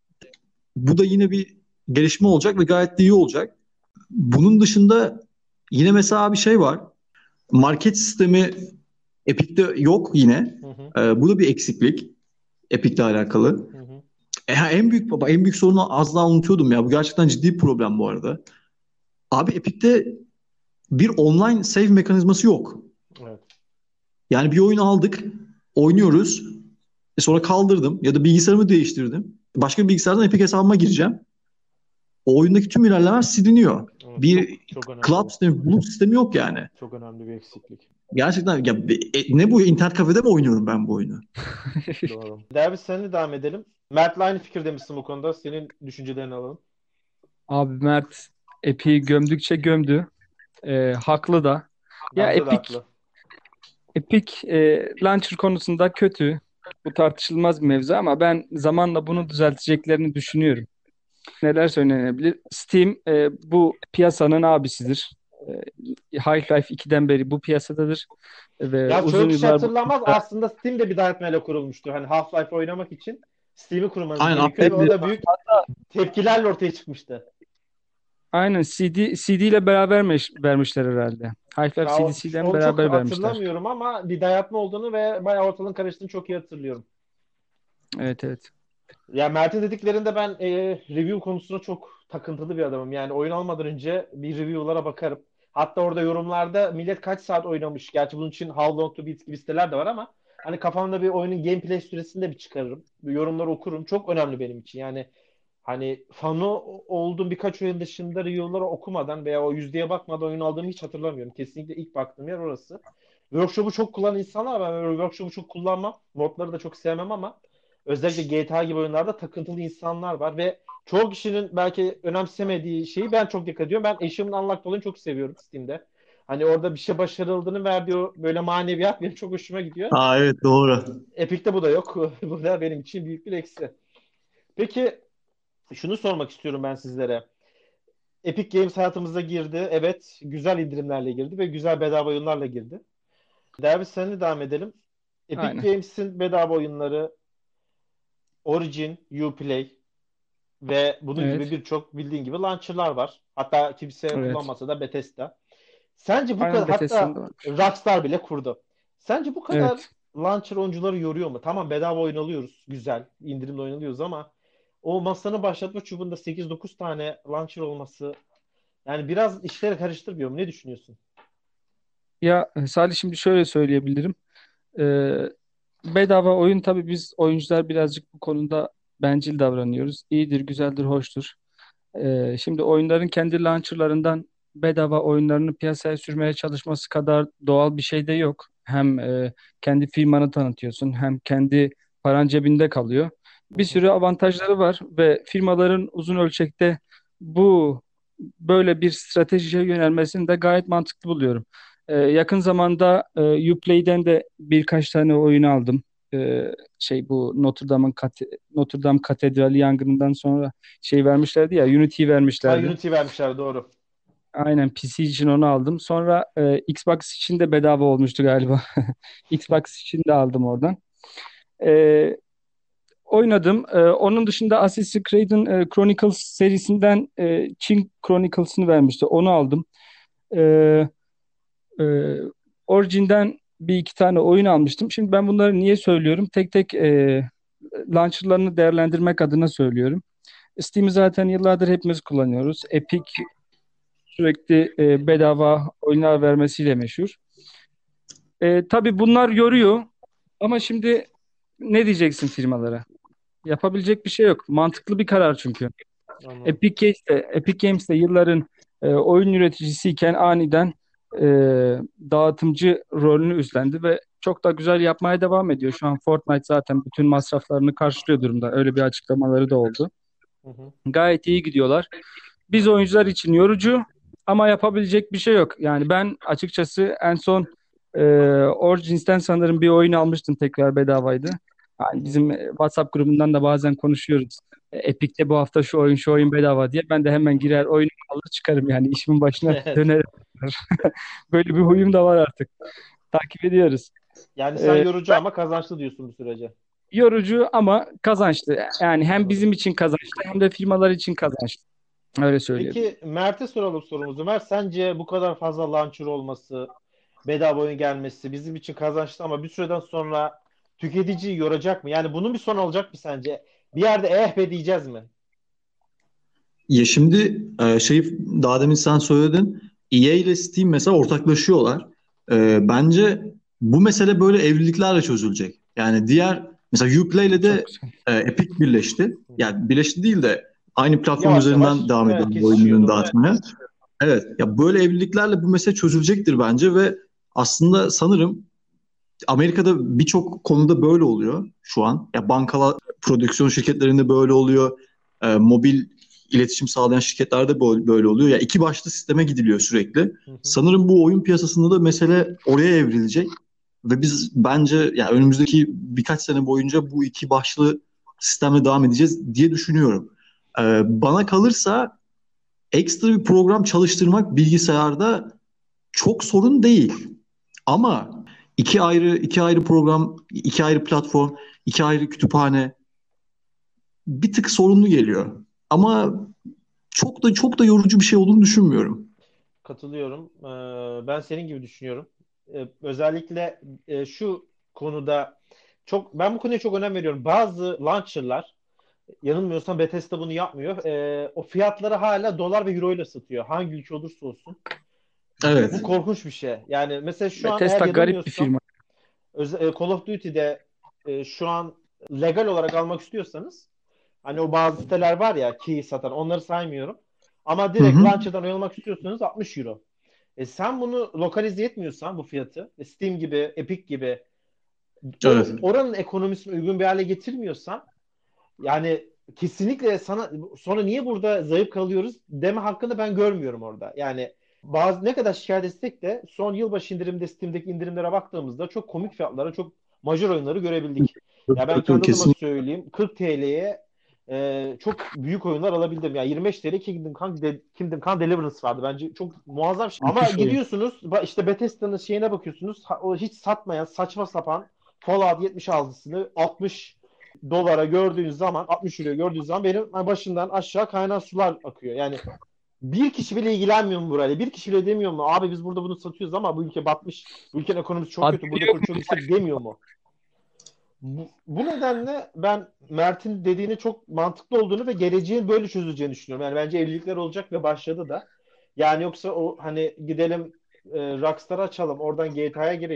Bu da yine bir gelişme olacak ve gayet de iyi olacak. Bunun dışında yine mesela bir şey var. Market sistemi Epic'te yok yine. Hı hı. Ee, bu da bir eksiklik Epic'le alakalı. Hı hı. E, ha, en büyük baba en büyük sorunu az daha unutuyordum ya. Bu gerçekten ciddi bir problem bu arada. Abi Epic'te bir online save mekanizması yok. Evet. Yani bir oyun aldık, oynuyoruz. E sonra kaldırdım ya da bilgisayarımı değiştirdim. Başka bir bilgisayardan Epic hesabıma gireceğim. O oyundaki tüm ilerlemeler siliniyor. Evet. Bir Çok çok önemli cloud bu. sistemi, bulut sistemi yok yani. Çok önemli bir eksiklik. Gerçekten ya, e, ne bu internet kafede mi oynuyorum ben bu oyunu? Doğru. Derbi seninle devam edelim. Mert'le aynı fikirde misin bu konuda? Senin düşüncelerini alalım. Abi Mert Epic'i gömdükçe gömdü. Ee, haklı da. Ya Bence de Epic haklı. Epic e, launcher konusunda kötü. Bu tartışılmaz bir mevzu ama ben zamanla bunu düzelteceklerini düşünüyorum. Neler söylenebilir? Steam e, bu piyasanın abisidir. E, Half-Life ikiden beri bu piyasadadır ve Ya uzun çoğu kişi yıllar hatırlamaz. boyunca Aslında Steam de bir dayatmayla kurulmuştu. Hani Half-Life oynamak için Steam'i kurmanız Aynen gerekiyor ve o update da büyük tepkilerle ortaya çıkmıştı. aynen C D C D ile beraber meş- vermişler herhalde. Half-Life Ya o- C D'den onu çok beraber vermişler. hatırlamıyorum ama bir dayatma olduğunu ve bayağı ortalığın karıştığını çok iyi hatırlıyorum. Evet, evet. Ya Mert'in dediklerinde ben e, review konusunda çok takıntılı bir adamım. Yani oyun almadan önce bir review'lara bakarım. Hatta orada yorumlarda millet kaç saat oynamış. Gerçi bunun için How Long to Beat gibi siteler de var ama hani kafamda bir oyunun gameplay süresini de bir çıkarırım. Bir yorumları okurum. Çok önemli benim için. Yani hani fanı olduğum birkaç oyun dışında review'ları okumadan veya o yüzdeye bakmadan oyun aldığımı hiç hatırlamıyorum. Kesinlikle ilk baktığım yer orası. Workshop'u çok kullanan insanlar var. Ben Workshop'u çok kullanmam. Modları da çok sevmem ama özellikle G T A gibi oyunlarda takıntılı insanlar var ve çoğu kişinin belki önemsemediği şeyi ben çok dikkat ediyorum. Ben eşimin Unlocked olayını çok seviyorum Steam'de. Hani orada bir şey başarıldığını verdiği o böyle maneviyat benim çok hoşuma gidiyor. Aa, evet doğru. Epic'te bu da yok. Bu da benim için büyük bir eksi. Peki şunu sormak istiyorum ben sizlere. Epic Games hayatımıza girdi. Evet, güzel indirimlerle girdi ve güzel bedava oyunlarla girdi. Derviş seninle devam edelim. Epic Aynen. Games'in bedava oyunları Origin, Uplay ve bunun gibi Evet. birçok bildiğin gibi launcher'lar var. Hatta kimse Evet. kullanmasa da Bethesda. Sence bu kadar Aynen Bethesda'nın da hatta varmış. Rockstar bile kurdu. Sence bu kadar Evet. launcher oyuncuları yoruyor mu? Tamam bedava oyun alıyoruz. Güzel. İndirimle oyun alıyoruz ama o masanın başlatma çubuğunda sekiz dokuz tane launcher olması yani biraz işleri karıştırmıyor mu? Ne düşünüyorsun? Ya Salih şimdi şöyle söyleyebilirim. Ee, bedava oyun, tabii biz oyuncular birazcık bu konuda bencil davranıyoruz. İyidir, güzeldir, hoştur. Ee, şimdi oyunların kendi launcherlarından bedava oyunlarını piyasaya sürmeye çalışması kadar doğal bir şey de yok. Hem e, kendi firmanı tanıtıyorsun, hem kendi paran cebinde kalıyor. Hı Bir hı. sürü avantajları var ve firmaların uzun ölçekte bu böyle bir stratejiye yönelmesini de gayet mantıklı buluyorum. Ee, yakın zamanda e, Uplay'den de birkaç tane oyun aldım. Ee, şey bu Notre Dame'ın kate- Notre Dame Katedrali yangınından sonra şey vermişlerdi ya, Unity Ha, vermişlerdi. Unity vermişler, doğru. Aynen, P C için onu aldım. Sonra e, Xbox için de bedava olmuştu galiba. Xbox için de aldım oradan. E, Oynadım. E, onun dışında Assassin's Creed'in e, Chronicles serisinden e, Çin Chronicles'ını vermişti. Onu aldım. E, e, Origin'den bir iki tane oyun almıştım. Şimdi ben bunları niye söylüyorum? Tek tek e, launcher'larını değerlendirmek adına söylüyorum. Steam'i zaten yıllardır hepimiz kullanıyoruz. Epic sürekli e, bedava oyunlar vermesiyle meşhur. E, tabii bunlar yoruyor ama şimdi ne diyeceksin firmalara? Yapabilecek bir şey yok. Mantıklı bir karar çünkü. Anladım. Epic Games de, Epic Games de yılların e, oyun üreticisiyken aniden e, dağıtımcı rolünü üstlendi ve çok da güzel yapmaya devam ediyor. Şu an Fortnite zaten bütün masraflarını karşılıyor durumda. Öyle bir açıklamaları da oldu. Hı hı. Gayet iyi gidiyorlar. Biz oyuncular için yorucu ama yapabilecek bir şey yok. Yani ben açıkçası en son e, Origins'ten sanırım bir oyun almıştım, tekrar bedavaydı. Hı Yani hı. bizim e, WhatsApp grubundan da bazen konuşuyoruz. E, Epic'te bu hafta şu oyun şu oyun bedava diye. Ben de hemen girer oyunu alır çıkarım, yani işimin başına Evet. dönerim. Böyle bir huyum da var artık. Takip ediyoruz. Yani sen E, yorucu ama kazançlı diyorsun bu sürece. Yorucu ama kazançlı. Yani hem bizim için kazançlı hem de firmalar için kazançlı. Öyle söyleyebilirim. Peki Mert'e soralım sorumuzu. Mert, sence bu kadar fazla launcher olması, bedava oyun gelmesi bizim için kazançlı ama bir süreden sonra tüketiciyi yoracak mı? Yani bunun bir son olacak mı sence? Bir yerde eh be diyeceğiz mi? Ya şimdi e, şey daha demin sen söyledin. E A ile Steam mesela ortaklaşıyorlar. E, bence bu mesele böyle evliliklerle çözülecek. Yani diğer mesela Uplay ile Çok de güzel. e, Epic birleşti. Hı hı. Yani birleşti değil de aynı platform Yavaş üzerinden yavaş devam evet, ediyor bu kesişiyor, oyunların doğru. dağıtmaya. Evet ya böyle evliliklerle bu mesele çözülecektir bence ve aslında sanırım Amerika'da birçok konuda böyle oluyor şu an. Ya bankalar, prodüksiyon şirketlerinde böyle oluyor. E, mobil iletişim sağlayan şirketlerde böyle böyle oluyor. Ya iki başlı sisteme gidiliyor sürekli. Hı hı. Sanırım bu oyun piyasasında da mesele oraya evrilecek ve biz bence ya önümüzdeki birkaç sene boyunca bu iki başlı sistemle devam edeceğiz diye düşünüyorum. E, bana kalırsa ekstra bir program çalıştırmak bilgisayarda çok sorun değil. Ama iki ayrı iki ayrı program, iki ayrı platform, iki ayrı kütüphane bir tık sorunlu geliyor. Ama çok da çok da yorucu bir şey olduğunu düşünmüyorum. Katılıyorum. Ee, ben senin gibi düşünüyorum. Ee, özellikle e, şu konuda çok ben bu konuya çok önem veriyorum. Bazı launcher'lar, yanılmıyorsam Bethesda bunu yapmıyor. Ee, o fiyatları hala dolar ve euro ile satıyor. Hangi ülke olursa olsun. Bu Evet. korkunç bir şey. Yani mesela şu an eğer Bethesda garip bir yanılmıyorsam firma. öze- e, Call of Duty'de e, şu an legal olarak almak istiyorsanız, hani o bazı siteler var ya key satan, onları saymıyorum. Ama Hı direkt hı. launcher'dan oynamak istiyorsanız altmış euro. E sen bunu lokalize etmiyorsan bu fiyatı, e, Steam gibi, Epic gibi o Evet. oranın ekonomisine uygun bir hale getirmiyorsan, yani kesinlikle sana sonra niye burada zayıf kalıyoruz deme hakkını ben görmüyorum orada. Yani bazı ne kadar şikayet etsek de son yılbaşı indirimde Steam'deki indirimlere baktığımızda çok komik fiyatlara, çok majör oyunları görebildik. Ya ben Tabii, tabii, kendi adıma kesin. söyleyeyim, kırk T L'ye e, çok büyük oyunlar alabildim. Yani yirmi beş T L Kingdom Come, De- Kingdom Come Deliverance vardı. Bence çok muazzam şey. Ama Müthiş oyun. gidiyorsunuz işte Bethesda'nın şeyine bakıyorsunuz. Ha- O hiç satmayan saçma sapan Fallout yetmiş altısını altmış dolara gördüğünüz zaman, altmış euroya gördüğünüz zaman benim başımdan aşağı kaynar sular akıyor. Yani bir kişi bile ilgilenmiyor mu burayla? Bir kişi bile demiyor mu? Abi biz burada bunu satıyoruz ama bu ülke batmış. Bu ülkenin ekonomisi çok kötü. Haberi Burada yok çok mu? yüksek demiyor mu? Bu, bu nedenle ben Mert'in dediğini çok mantıklı olduğunu ve geleceğin böyle çözüleceğini düşünüyorum. Yani bence evlilikler olacak ve başladı da. Yani yoksa o hani gidelim e, Rockstar'ı açalım, oradan G T A'ya gireyim.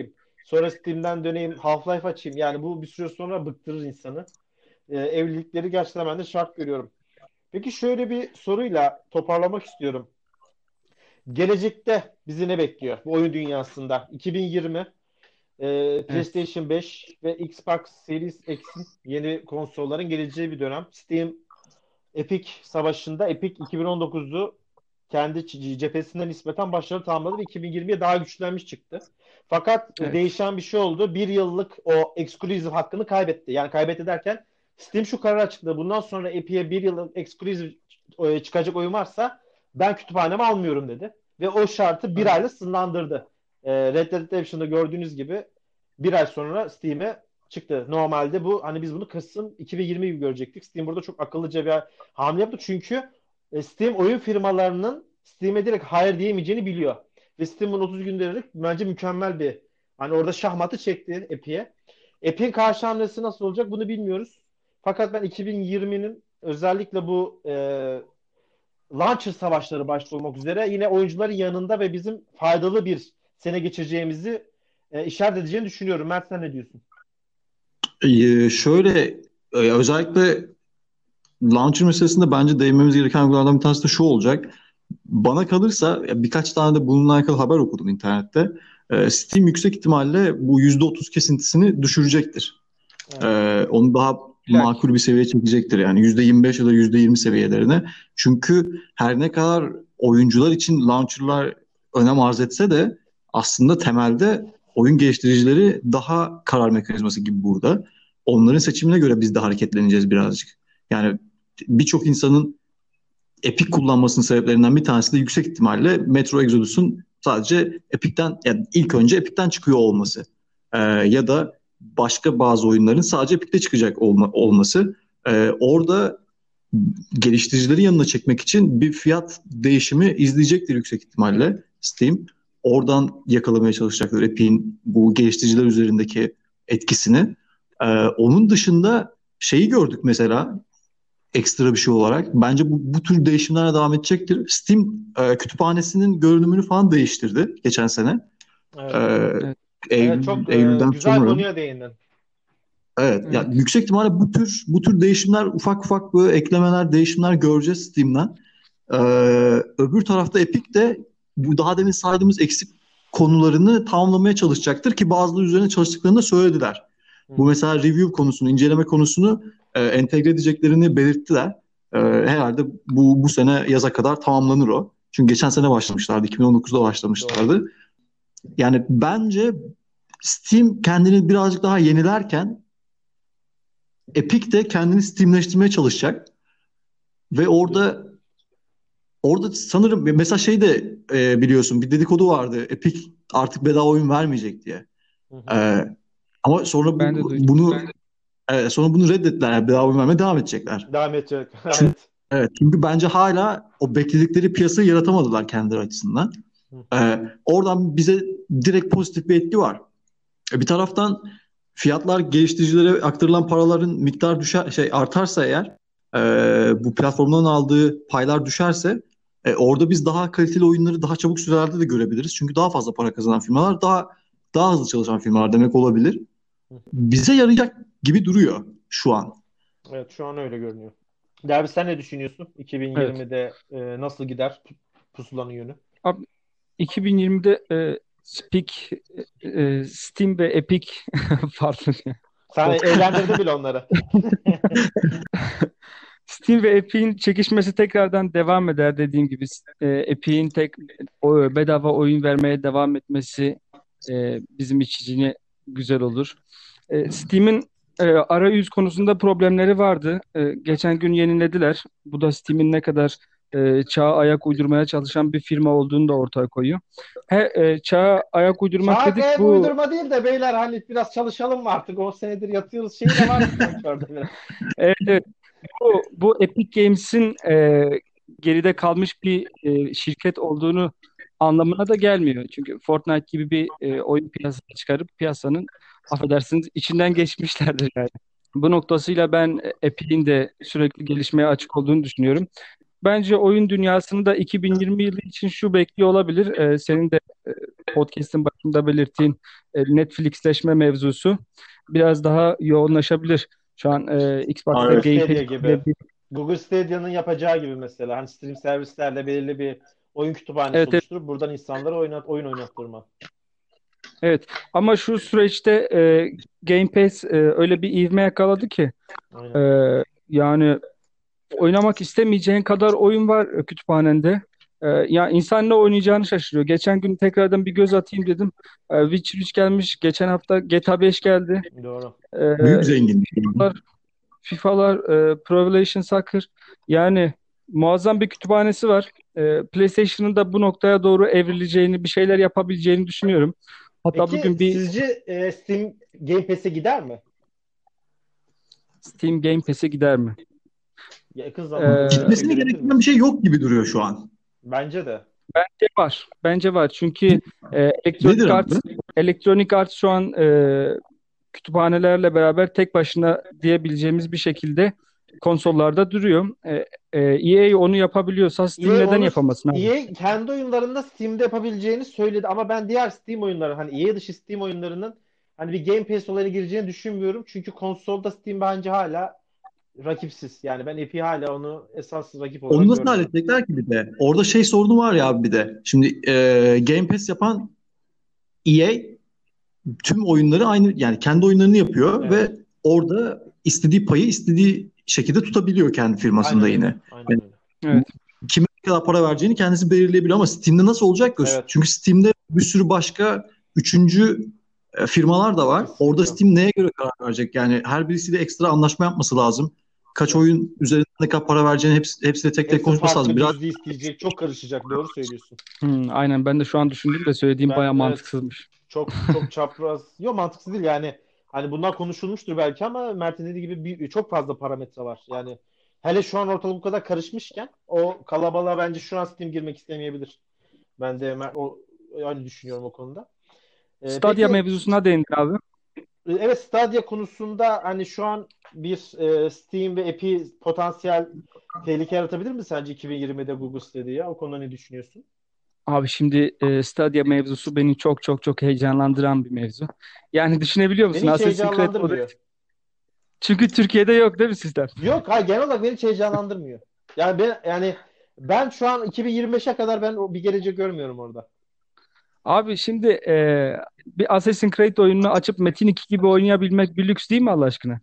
Sonra Steam'den döneyim Half-Life açayım. Yani bu bir süre sonra bıktırır insanı. Ee, evlilikleri gerçekten ben de şart görüyorum. Peki şöyle bir soruyla toparlamak istiyorum. Gelecekte bizi ne bekliyor bu oyun dünyasında? iki bin yirmi e, Evet. PlayStation beş ve Xbox Series X'in yeni konsolların geleceği bir dönem. Steam Epic savaşında Epic iki bin on dokuzu kendi ç- cephesinden nispeten başarılı tamamladı ve iki bin yirmiye daha güçlenmiş çıktı. Fakat e, Evet. değişen bir şey oldu. Bir yıllık o exclusive hakkını kaybetti. Yani kaybetti derken Steam şu karar açıkladı. Bundan sonra Epic'e bir yıllık exclusive e, çıkacak oyun varsa ben kütüphaneme almıyorum dedi. Ve o şartı bir ayla sınırlandırdı. E, Red Dead Redemption'da gördüğünüz gibi bir ay sonra Steam'e çıktı. Normalde bu hani biz bunu Kasım iki bin yirmi gibi görecektik. Steam burada çok akıllıca bir hamle yaptı. Çünkü e, Steam oyun firmalarının Steam'e direkt hayır diyemeyeceğini biliyor. Ve Steam'in otuz gün vererek bence mükemmel bir hani orada şahmatı çekti Epic'e. Epic'in karşı hamlesi nasıl olacak bunu bilmiyoruz. Fakat ben iki bin yirminin özellikle bu e, launcher savaşları başta olmak üzere yine oyuncuların yanında ve bizim faydalı bir sene geçireceğimizi e, işaret edeceğini düşünüyorum. Mert sen ne diyorsun? Ee, şöyle e, özellikle launcher meselesinde bence değinmemiz gereken konulardan bir tanesi de şu olacak. Bana kalırsa ya birkaç tane de bununla alakalı haber okudum internette. Ee, Steam yüksek ihtimalle bu yüzde otuz kesintisini düşürecektir. Evet. Ee, onu daha İlla makul bir seviyeye çekecektir. Yani yüzde yirmi beş ya da yüzde yirmi seviyelerine. Çünkü her ne kadar oyuncular için launcher'lar önem arz etse de aslında temelde oyun geliştiricileri daha karar mekanizması gibi burada. Onların seçimine göre biz de hareketleneceğiz birazcık. Yani birçok insanın Epic kullanmasının sebeplerinden bir tanesi de yüksek ihtimalle Metro Exodus'un sadece Epic'ten, yani ilk önce Epic'ten çıkıyor olması. Ee, ya da başka bazı oyunların sadece Epic'te çıkacak olma, olması. Ee, orada geliştiricileri yanına çekmek için bir fiyat değişimi izleyecektir yüksek ihtimalle Steam. Oradan yakalamaya çalışacaktır Epic'in bu geliştiriciler üzerindeki etkisini. Ee, onun dışında şeyi gördük mesela ekstra bir şey olarak. Bence bu, bu tür değişimlerle devam edecektir. Steam e, kütüphanesinin görünümünü falan değiştirdi geçen sene. E, Evet. evet. Evet Eylül, çok e, Eylül'den güzel sonra. konuya değindin. Evet, yani Evet. yüksek ihtimalle bu tür bu tür değişimler, ufak ufak böyle eklemeler, değişimler göreceğiz Steam'den. E, öbür tarafta Epic de bu daha demin saydığımız eksik konularını tamamlamaya çalışacaktır ki bazıları üzerine çalıştıklarını da söylediler. Hı Bu hı. mesela review konusunu, inceleme konusunu e, entegre edeceklerini belirttiler. E, herhalde bu bu sene yaza kadar tamamlanır o. Çünkü geçen sene başlamışlardı, iki bin on dokuzda Doğru. başlamışlardı. Yani bence Steam kendini birazcık daha yenilerken Epic de kendini Steamleştirmeye çalışacak ve Diyorsun. orada orada sanırım mesela şey de e, biliyorsun bir dedikodu vardı. Epic artık bedava oyun vermeyecek diye. Hı E, hı. ama sonra Ben de bu, duydum. bunu e, sonra bunu reddettiler. Yani bedava oyun vermeye devam edecekler. Devam edecek. Çünkü Evet. evet, çünkü bence hala o bekledikleri piyasayı yaratamadılar kendileri açısından. Hı. E, oradan bize direkt pozitif bir etki var. E, bir taraftan fiyatlar geliştiricilere aktarılan paraların miktar düşer şey artarsa eğer e, bu platformdan aldığı paylar düşerse e, orada biz daha kaliteli oyunları daha çabuk sürelerde de görebiliriz. Çünkü daha fazla para kazanan firmalar daha daha hızlı çalışan firmalar demek olabilir. Hı. Bize yarayacak gibi duruyor şu an. Evet şu an öyle görünüyor. Derbi sen ne düşünüyorsun? Evet. iki bin yirmide e, nasıl gider pu- pusulanın yönü? Abi iki bin yirmide e, Speak, e, e, Steam ve Epic pardon ya. Sen Of. eğlendirdin bile onları. Steam ve Epic'in çekişmesi tekrardan devam eder dediğim gibi. E, Epic'in tek o, bedava oyun vermeye devam etmesi e, bizim için yine güzel olur. E, Steam'in e, arayüz konusunda problemleri vardı. E, geçen gün yenilediler. Bu da Steam'in ne kadar e, çağa ayak uydurmaya çalışan bir firma olduğunu da ortaya koyuyor. He, e, çağa ayak uydurmak Çağak dedik ayak bu. uydurma değil de beyler hani biraz çalışalım mı artık? On senedir yatıyoruz. Şeyi de var sanki orada biraz. Evet, evet. Bu, bu Epic Games'in e, geride kalmış bir e, şirket olduğunu anlamına da gelmiyor. Çünkü Fortnite gibi bir e, oyun piyasaya çıkarıp piyasanın affedersiniz içinden geçmişlerdir yani. Bu noktasıyla ben e, Epic'in de sürekli gelişmeye açık olduğunu düşünüyorum. bence oyun dünyasını da iki bin yirmi yılı için şu bekliyor olabilir. Ee, senin de e, podcast'in başında belirttiğin e, Netflixleşme mevzusu biraz daha yoğunlaşabilir. Şu an e, Xbox'ta Evet. Game Stadia Pass gibi. diye bir... Google Stadia'nın yapacağı gibi mesela. Hani stream servislerle belirli bir oyun kütüphanesi Evet, evet, oluşturup buradan insanlara oynat, oyun oynattırma. evet. Ama şu süreçte e, Game Pass e, öyle bir ivme yakaladı ki e, Aynen. yani oynamak istemeyeceğin kadar oyun var e, kütüphanende. E, ya insan ne oynayacağını şaşırıyor. Geçen gün tekrardan bir göz atayım dedim. E, Witcher üç gelmiş. Geçen hafta G T A beş geldi. Doğru. E, Büyük zenginlik. FIFA'lar, FIFA'lar, e, Pro Evolution Soccer. Yani muazzam bir kütüphanesi var. E, PlayStation'ın da bu noktaya doğru evrileceğini, bir şeyler yapabileceğini düşünüyorum. Hatta Peki bugün bir sizce e, Steam Game Pass'e gider mi? Steam Game Pass'e gider mi? Yakın zamanda böyle bir E, şey Gitmesini görebilir gerektiren bir miyiz? şey yok gibi duruyor şu an. Bence de. Bence var. Bence var. Çünkü e, Nedir Electronic abi? Arts Electronic Arts şu an e, kütüphanelerle beraber tek başına diyebileceğimiz bir şekilde konsollarda duruyor. E, e, E A onu yapabiliyorsa Steam E A neden onu yapamasın abi? E A kendi oyunlarında Steam'de yapabileceğini söyledi ama ben diğer Steam oyunları hani E A dışı Steam oyunlarının hani bir Game Pass olayına gireceğini düşünmüyorum. Çünkü konsolda Steam bence hala rakipsiz. Yani ben Epic'i hala onu esas rakip Onu olarak nasıl görmüyorum. halledecekler ki bir de? Orada şey sorunu var ya abi bir de. Şimdi e, Game Pass yapan E A tüm oyunları aynı yani kendi oyunlarını yapıyor Evet. ve orada istediği payı istediği şekilde tutabiliyor kendi firmasında Aynen öyle. yine. Aynen Yani öyle. Evet. kime ne kadar para vereceğini kendisi belirleyebilir ama Steam'de nasıl olacak ki? Evet. Çünkü Steam'de bir sürü başka üçüncü e, firmalar da var. Orada Kesinlikle. Steam neye göre karar verecek? Yani her birisiyle ekstra anlaşma yapması lazım. Kaç oyun üzerinde ne kadar para vereceğini hepsi, hepsiyle tek tek Hepsi konuşması lazım. farklı Biraz düzlüğü isteyecek. Çok karışacak. Doğru söylüyorsun. Hmm, aynen ben de şu an düşündüm de söylediğim Ben bayağı evet mantıksızmış. çok çok çapraz. Yok mantıksız değil yani. Hani bunlar konuşulmuştur belki ama Mert'in dediği gibi bir, çok fazla parametre var. Yani hele şu an ortalık bu kadar karışmışken o kalabalığa bence şu an Steam girmek istemeyebilir. Ben de Mer- o aynı düşünüyorum o konuda. Ee, Stadia peki mevzusuna değindin abi. e, evet Stadia konusunda hani şu an bir e, Steam ve Epic potansiyel tehlike yaratabilir mi sence iki bin yirmide Google Stadia? O konuda ne düşünüyorsun? Abi şimdi e, Stadia mevzusu beni çok çok çok heyecanlandıran bir mevzu. Yani düşünebiliyor musun? Beni hiç Assassin's Creed orada. heyecanlandırmıyor. Çünkü Türkiye'de yok değil mi sistem? Yok hayır genel olarak beni hiç heyecanlandırmıyor. Yani ben yani ben şu an iki bin yirmi beşe kadar ben o- bir gelecek görmüyorum orada. Abi şimdi e, bir Assassin's Creed oyununu açıp Metin iki gibi oynayabilmek bir lüks değil mi Allah aşkına?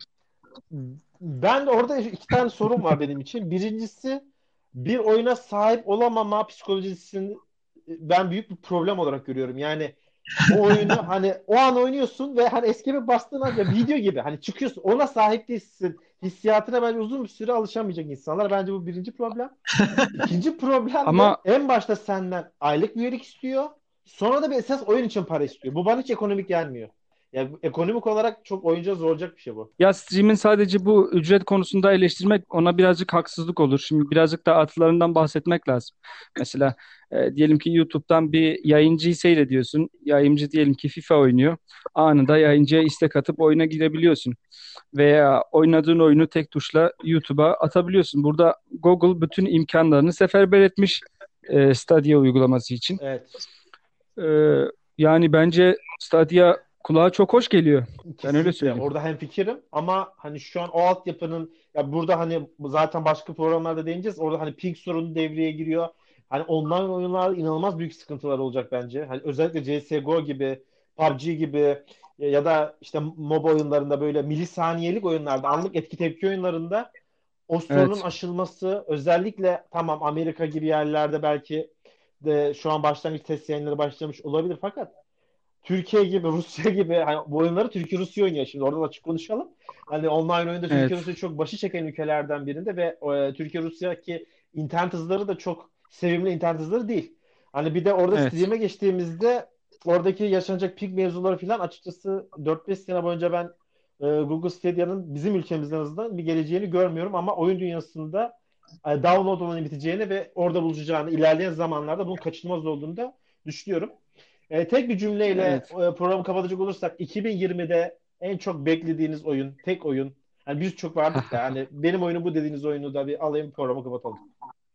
Ben de orada iki tane sorun var benim için. Birincisi bir oyuna sahip olamama psikolojisini ben büyük bir problem olarak görüyorum. Yani o oyunu hani o an oynuyorsun ve hani escape'e bastığın an ya video gibi hani çıkıyorsun ona sahip değilsin. Hissiyatına bence uzun bir süre alışamayacak insanlar. Bence bu birinci problem. İkinci problem de Ama en başta senden aylık üyelik istiyor. Sonra da bir esas oyun için para istiyor. Bu bana hiç ekonomik gelmiyor. Yani ekonomik olarak çok oyuncuya zorlayacak bir şey bu. ya stream'in sadece bu ücret konusunda eleştirmek ona birazcık haksızlık olur. Şimdi birazcık da artılarından bahsetmek lazım. Mesela e, diyelim ki YouTube'dan bir yayıncıyı seyrediyorsun. Yayıncı diyelim ki FIFA oynuyor. Anında yayıncıya istek atıp oyuna girebiliyorsun. Veya oynadığın oyunu tek tuşla YouTube'a atabiliyorsun. Burada Google bütün imkanlarını seferber etmiş e, Stadia uygulaması için. Evet. E, Yani bence Stadia kulağa çok hoş geliyor. Ben öyle Kesinlikle. söyleyeyim. Orada hemfikirim ama hani şu an o altyapının ya burada hani zaten başka programlarda değineceğiz. Orada hani ping sorunu devreye giriyor. Hani online oyunlarda inanılmaz büyük sıkıntılar olacak bence. Hani özellikle C S G O gibi, P U B G gibi ya ya da işte MOBA oyunlarında böyle milisaniyelik oyunlarda, anlık etki tepki oyunlarında o sorunun Evet, aşılması özellikle tamam Amerika gibi yerlerde belki de şu an başlangıç test yayınları başlamış olabilir fakat Türkiye gibi, Rusya gibi hani bu oyunları Türkiye Rusya oynuyor şimdi. Orada da açık konuşalım. Hani online oyunda Türkiye evet, Rusya çok başı çeken ülkelerden birinde ve e, Türkiye Rusya ki internet hızları da çok sevimli internet hızları değil. Hani bir de orada evet. stream'e geçtiğimizde oradaki yaşanacak ping mevzuları falan açıkçası dört beş sene boyunca ben e, Google Stadia'nın bizim ülkemizden azından bir geleceğini görmüyorum ama oyun dünyasında e, download olanı biteceğini ve orada buluşacağını ilerleyen zamanlarda bunun kaçınılmaz olduğunu da düşünüyorum. E, tek bir cümleyle Evet. e, programı kapatacak olursak iki bin yirmide en çok beklediğiniz oyun, tek oyun. Hani biz çok vardık da hani benim oyunum bu dediğiniz oyunu da bir alayım programı kapatalım.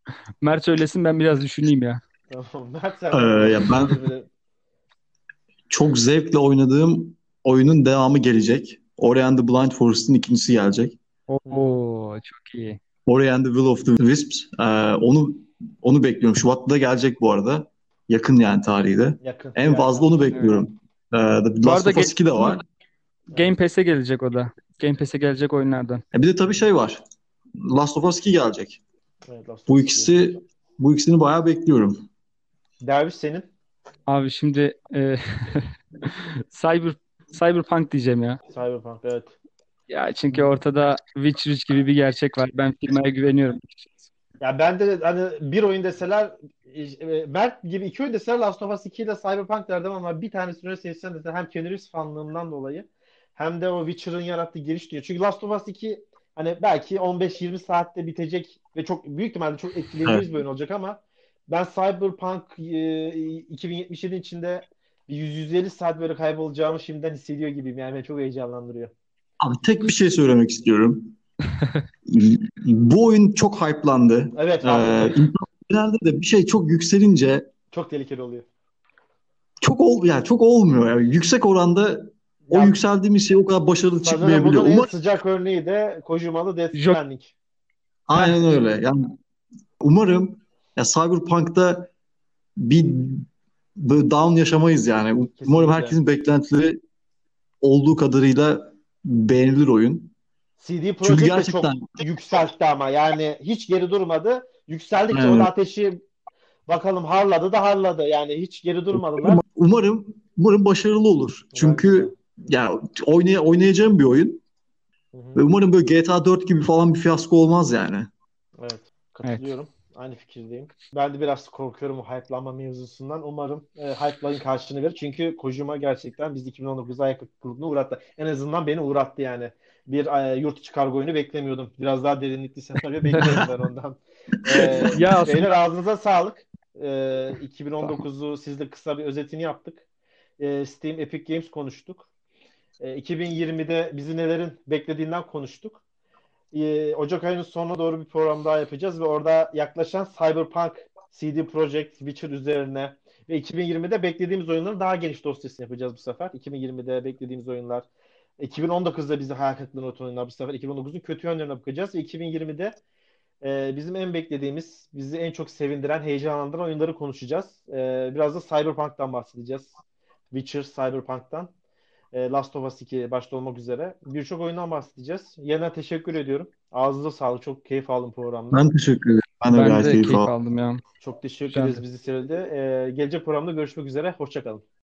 Mert söylesin ben biraz düşüneyim ya. Tamam. Mert Ee, senden alalım. ya ben Nedir böyle? çok zevkle oynadığım oyunun devamı gelecek. Ori and the Blind Forest'ın ikincisi gelecek. Hı hı. Oo çok iyi. Ori and the Will of the Wisps. Ee, onu onu bekliyorum. Şubat'ta da gelecek bu arada. Yakın yani tarihi de. Yakın. En Bir ay fazla onu kaldı. Evet. bekliyorum. Ee, The Bu Last arada of Us ge- iki de var. Game Evet. Pass'e gelecek o da. Game Pass'e gelecek oyunlardan. E bir de tabii şey var. Last of Us iki gelecek. Evet, Last of Bu Us iki gelecek. ikisi bu ikisini bayağı bekliyorum. Derviş senin. Abi şimdi e, Cyber Cyberpunk diyeceğim ya. Cyberpunk, evet. Ya çünkü ortada Witcher üç gibi bir gerçek var. Ben firmaya güveniyorum. Ya ben de hani bir oyun deseler e, Mert gibi iki oyun deseler Last of Us iki ile Cyberpunk derdim ama bir tanesini seçsem deseler hem Keanu Reeves fanlığımdan dolayı hem de o Witcher'ın yarattığı giriş diyor. Çünkü Last of Us iki hani belki on beş yirmi saatte bitecek ve çok büyük ihtimalle çok Evet. etkileyici bir oyun olacak ama ben Cyberpunk e, iki bin yetmiş yedi içinde bir yüz yüz elli saat böyle kaybolacağımı şimdiden hissediyor gibiyim. Yani beni çok heyecanlandırıyor. Abi tek bir şey söylemek istiyorum. Bu oyun çok hype'landı. Evet, Ee, haklı. insan genelde de bir şey çok yükselince Çok tehlikeli oluyor. çok ol yani çok olmuyor. Yani yüksek oranda o Ya yükseldiğimiz şey o kadar başarılı sanırım çıkmayabiliyor. bunun en Umarım sıcak örneği de Kojima'lı Death Joker Stranding. aynen Heh, öyle. Yani umarım ya Cyberpunk'ta bir böyle down yaşamayız yani. Umarım kesinlikle. herkesin beklentileri olduğu kadarıyla beğenilir oyun. C D Çünkü Projekt de çok gerçekten yükseltti ama yani hiç geri durmadı. Yükseldikçe o da evet, ateşi bakalım harladı da harladı. Yani hiç geri durmadılar. umarım, umarım umarım başarılı olur. Bence de. Çünkü ya oynay oynayacağım bir oyun Hı ve hı. umarım böyle G T A dört gibi falan bir fiyasko olmaz yani. Evet, evet. katılıyorum. Aynı fikirdeyim. Ben de biraz korkuyorum o hype'lanma mevzusundan. Umarım e, hype'ların karşılığını verir. Çünkü Kojima gerçekten biz iki bin on dokuzda ayak kırıklığına uğrattı. En azından beni uğrattı yani. Bir e, yurt içi kargo oyunu beklemiyordum. Biraz daha derinlikli senaryo bekliyordum ben ondan. E, Ya beyler aslında ağzınıza sağlık. E, tamam. iki bin on dokuzu sizle kısa bir özetini yaptık. E, Steam, Epic Games konuştuk. E, iki bin yirmide bizi nelerin beklediğinden konuştuk. Ee, Ocak ayının sonuna doğru bir program daha yapacağız ve orada yaklaşan Cyberpunk, C D Projekt, Witcher üzerine ve iki bin yirmide beklediğimiz oyunların daha geniş dosyasını yapacağız bu sefer. iki bin yirmide beklediğimiz oyunlar, iki bin on dokuzda bizi hayal kırıklığına uğratan oyunlar bu sefer iki bin on dokuzun kötü yönlerine bakacağız ve iki bin yirmide e, bizim en beklediğimiz, bizi en çok sevindiren, heyecanlandıran oyunları konuşacağız. E, biraz da Cyberpunk'tan bahsedeceğiz. Witcher, Cyberpunk'tan. E, Last of Us iki başta olmak üzere. Birçok oyundan bahsedeceğiz. Yeniden teşekkür ediyorum. Ağzınıza sağlık. Çok keyif aldım programda. Ben teşekkür ederim. Ben de Ben gayet de keyif keyif aldım. aldım ya. Çok teşekkür ederiz Güzeldi. bizi sevildi. E, gelecek programda görüşmek üzere. Hoşça kalın.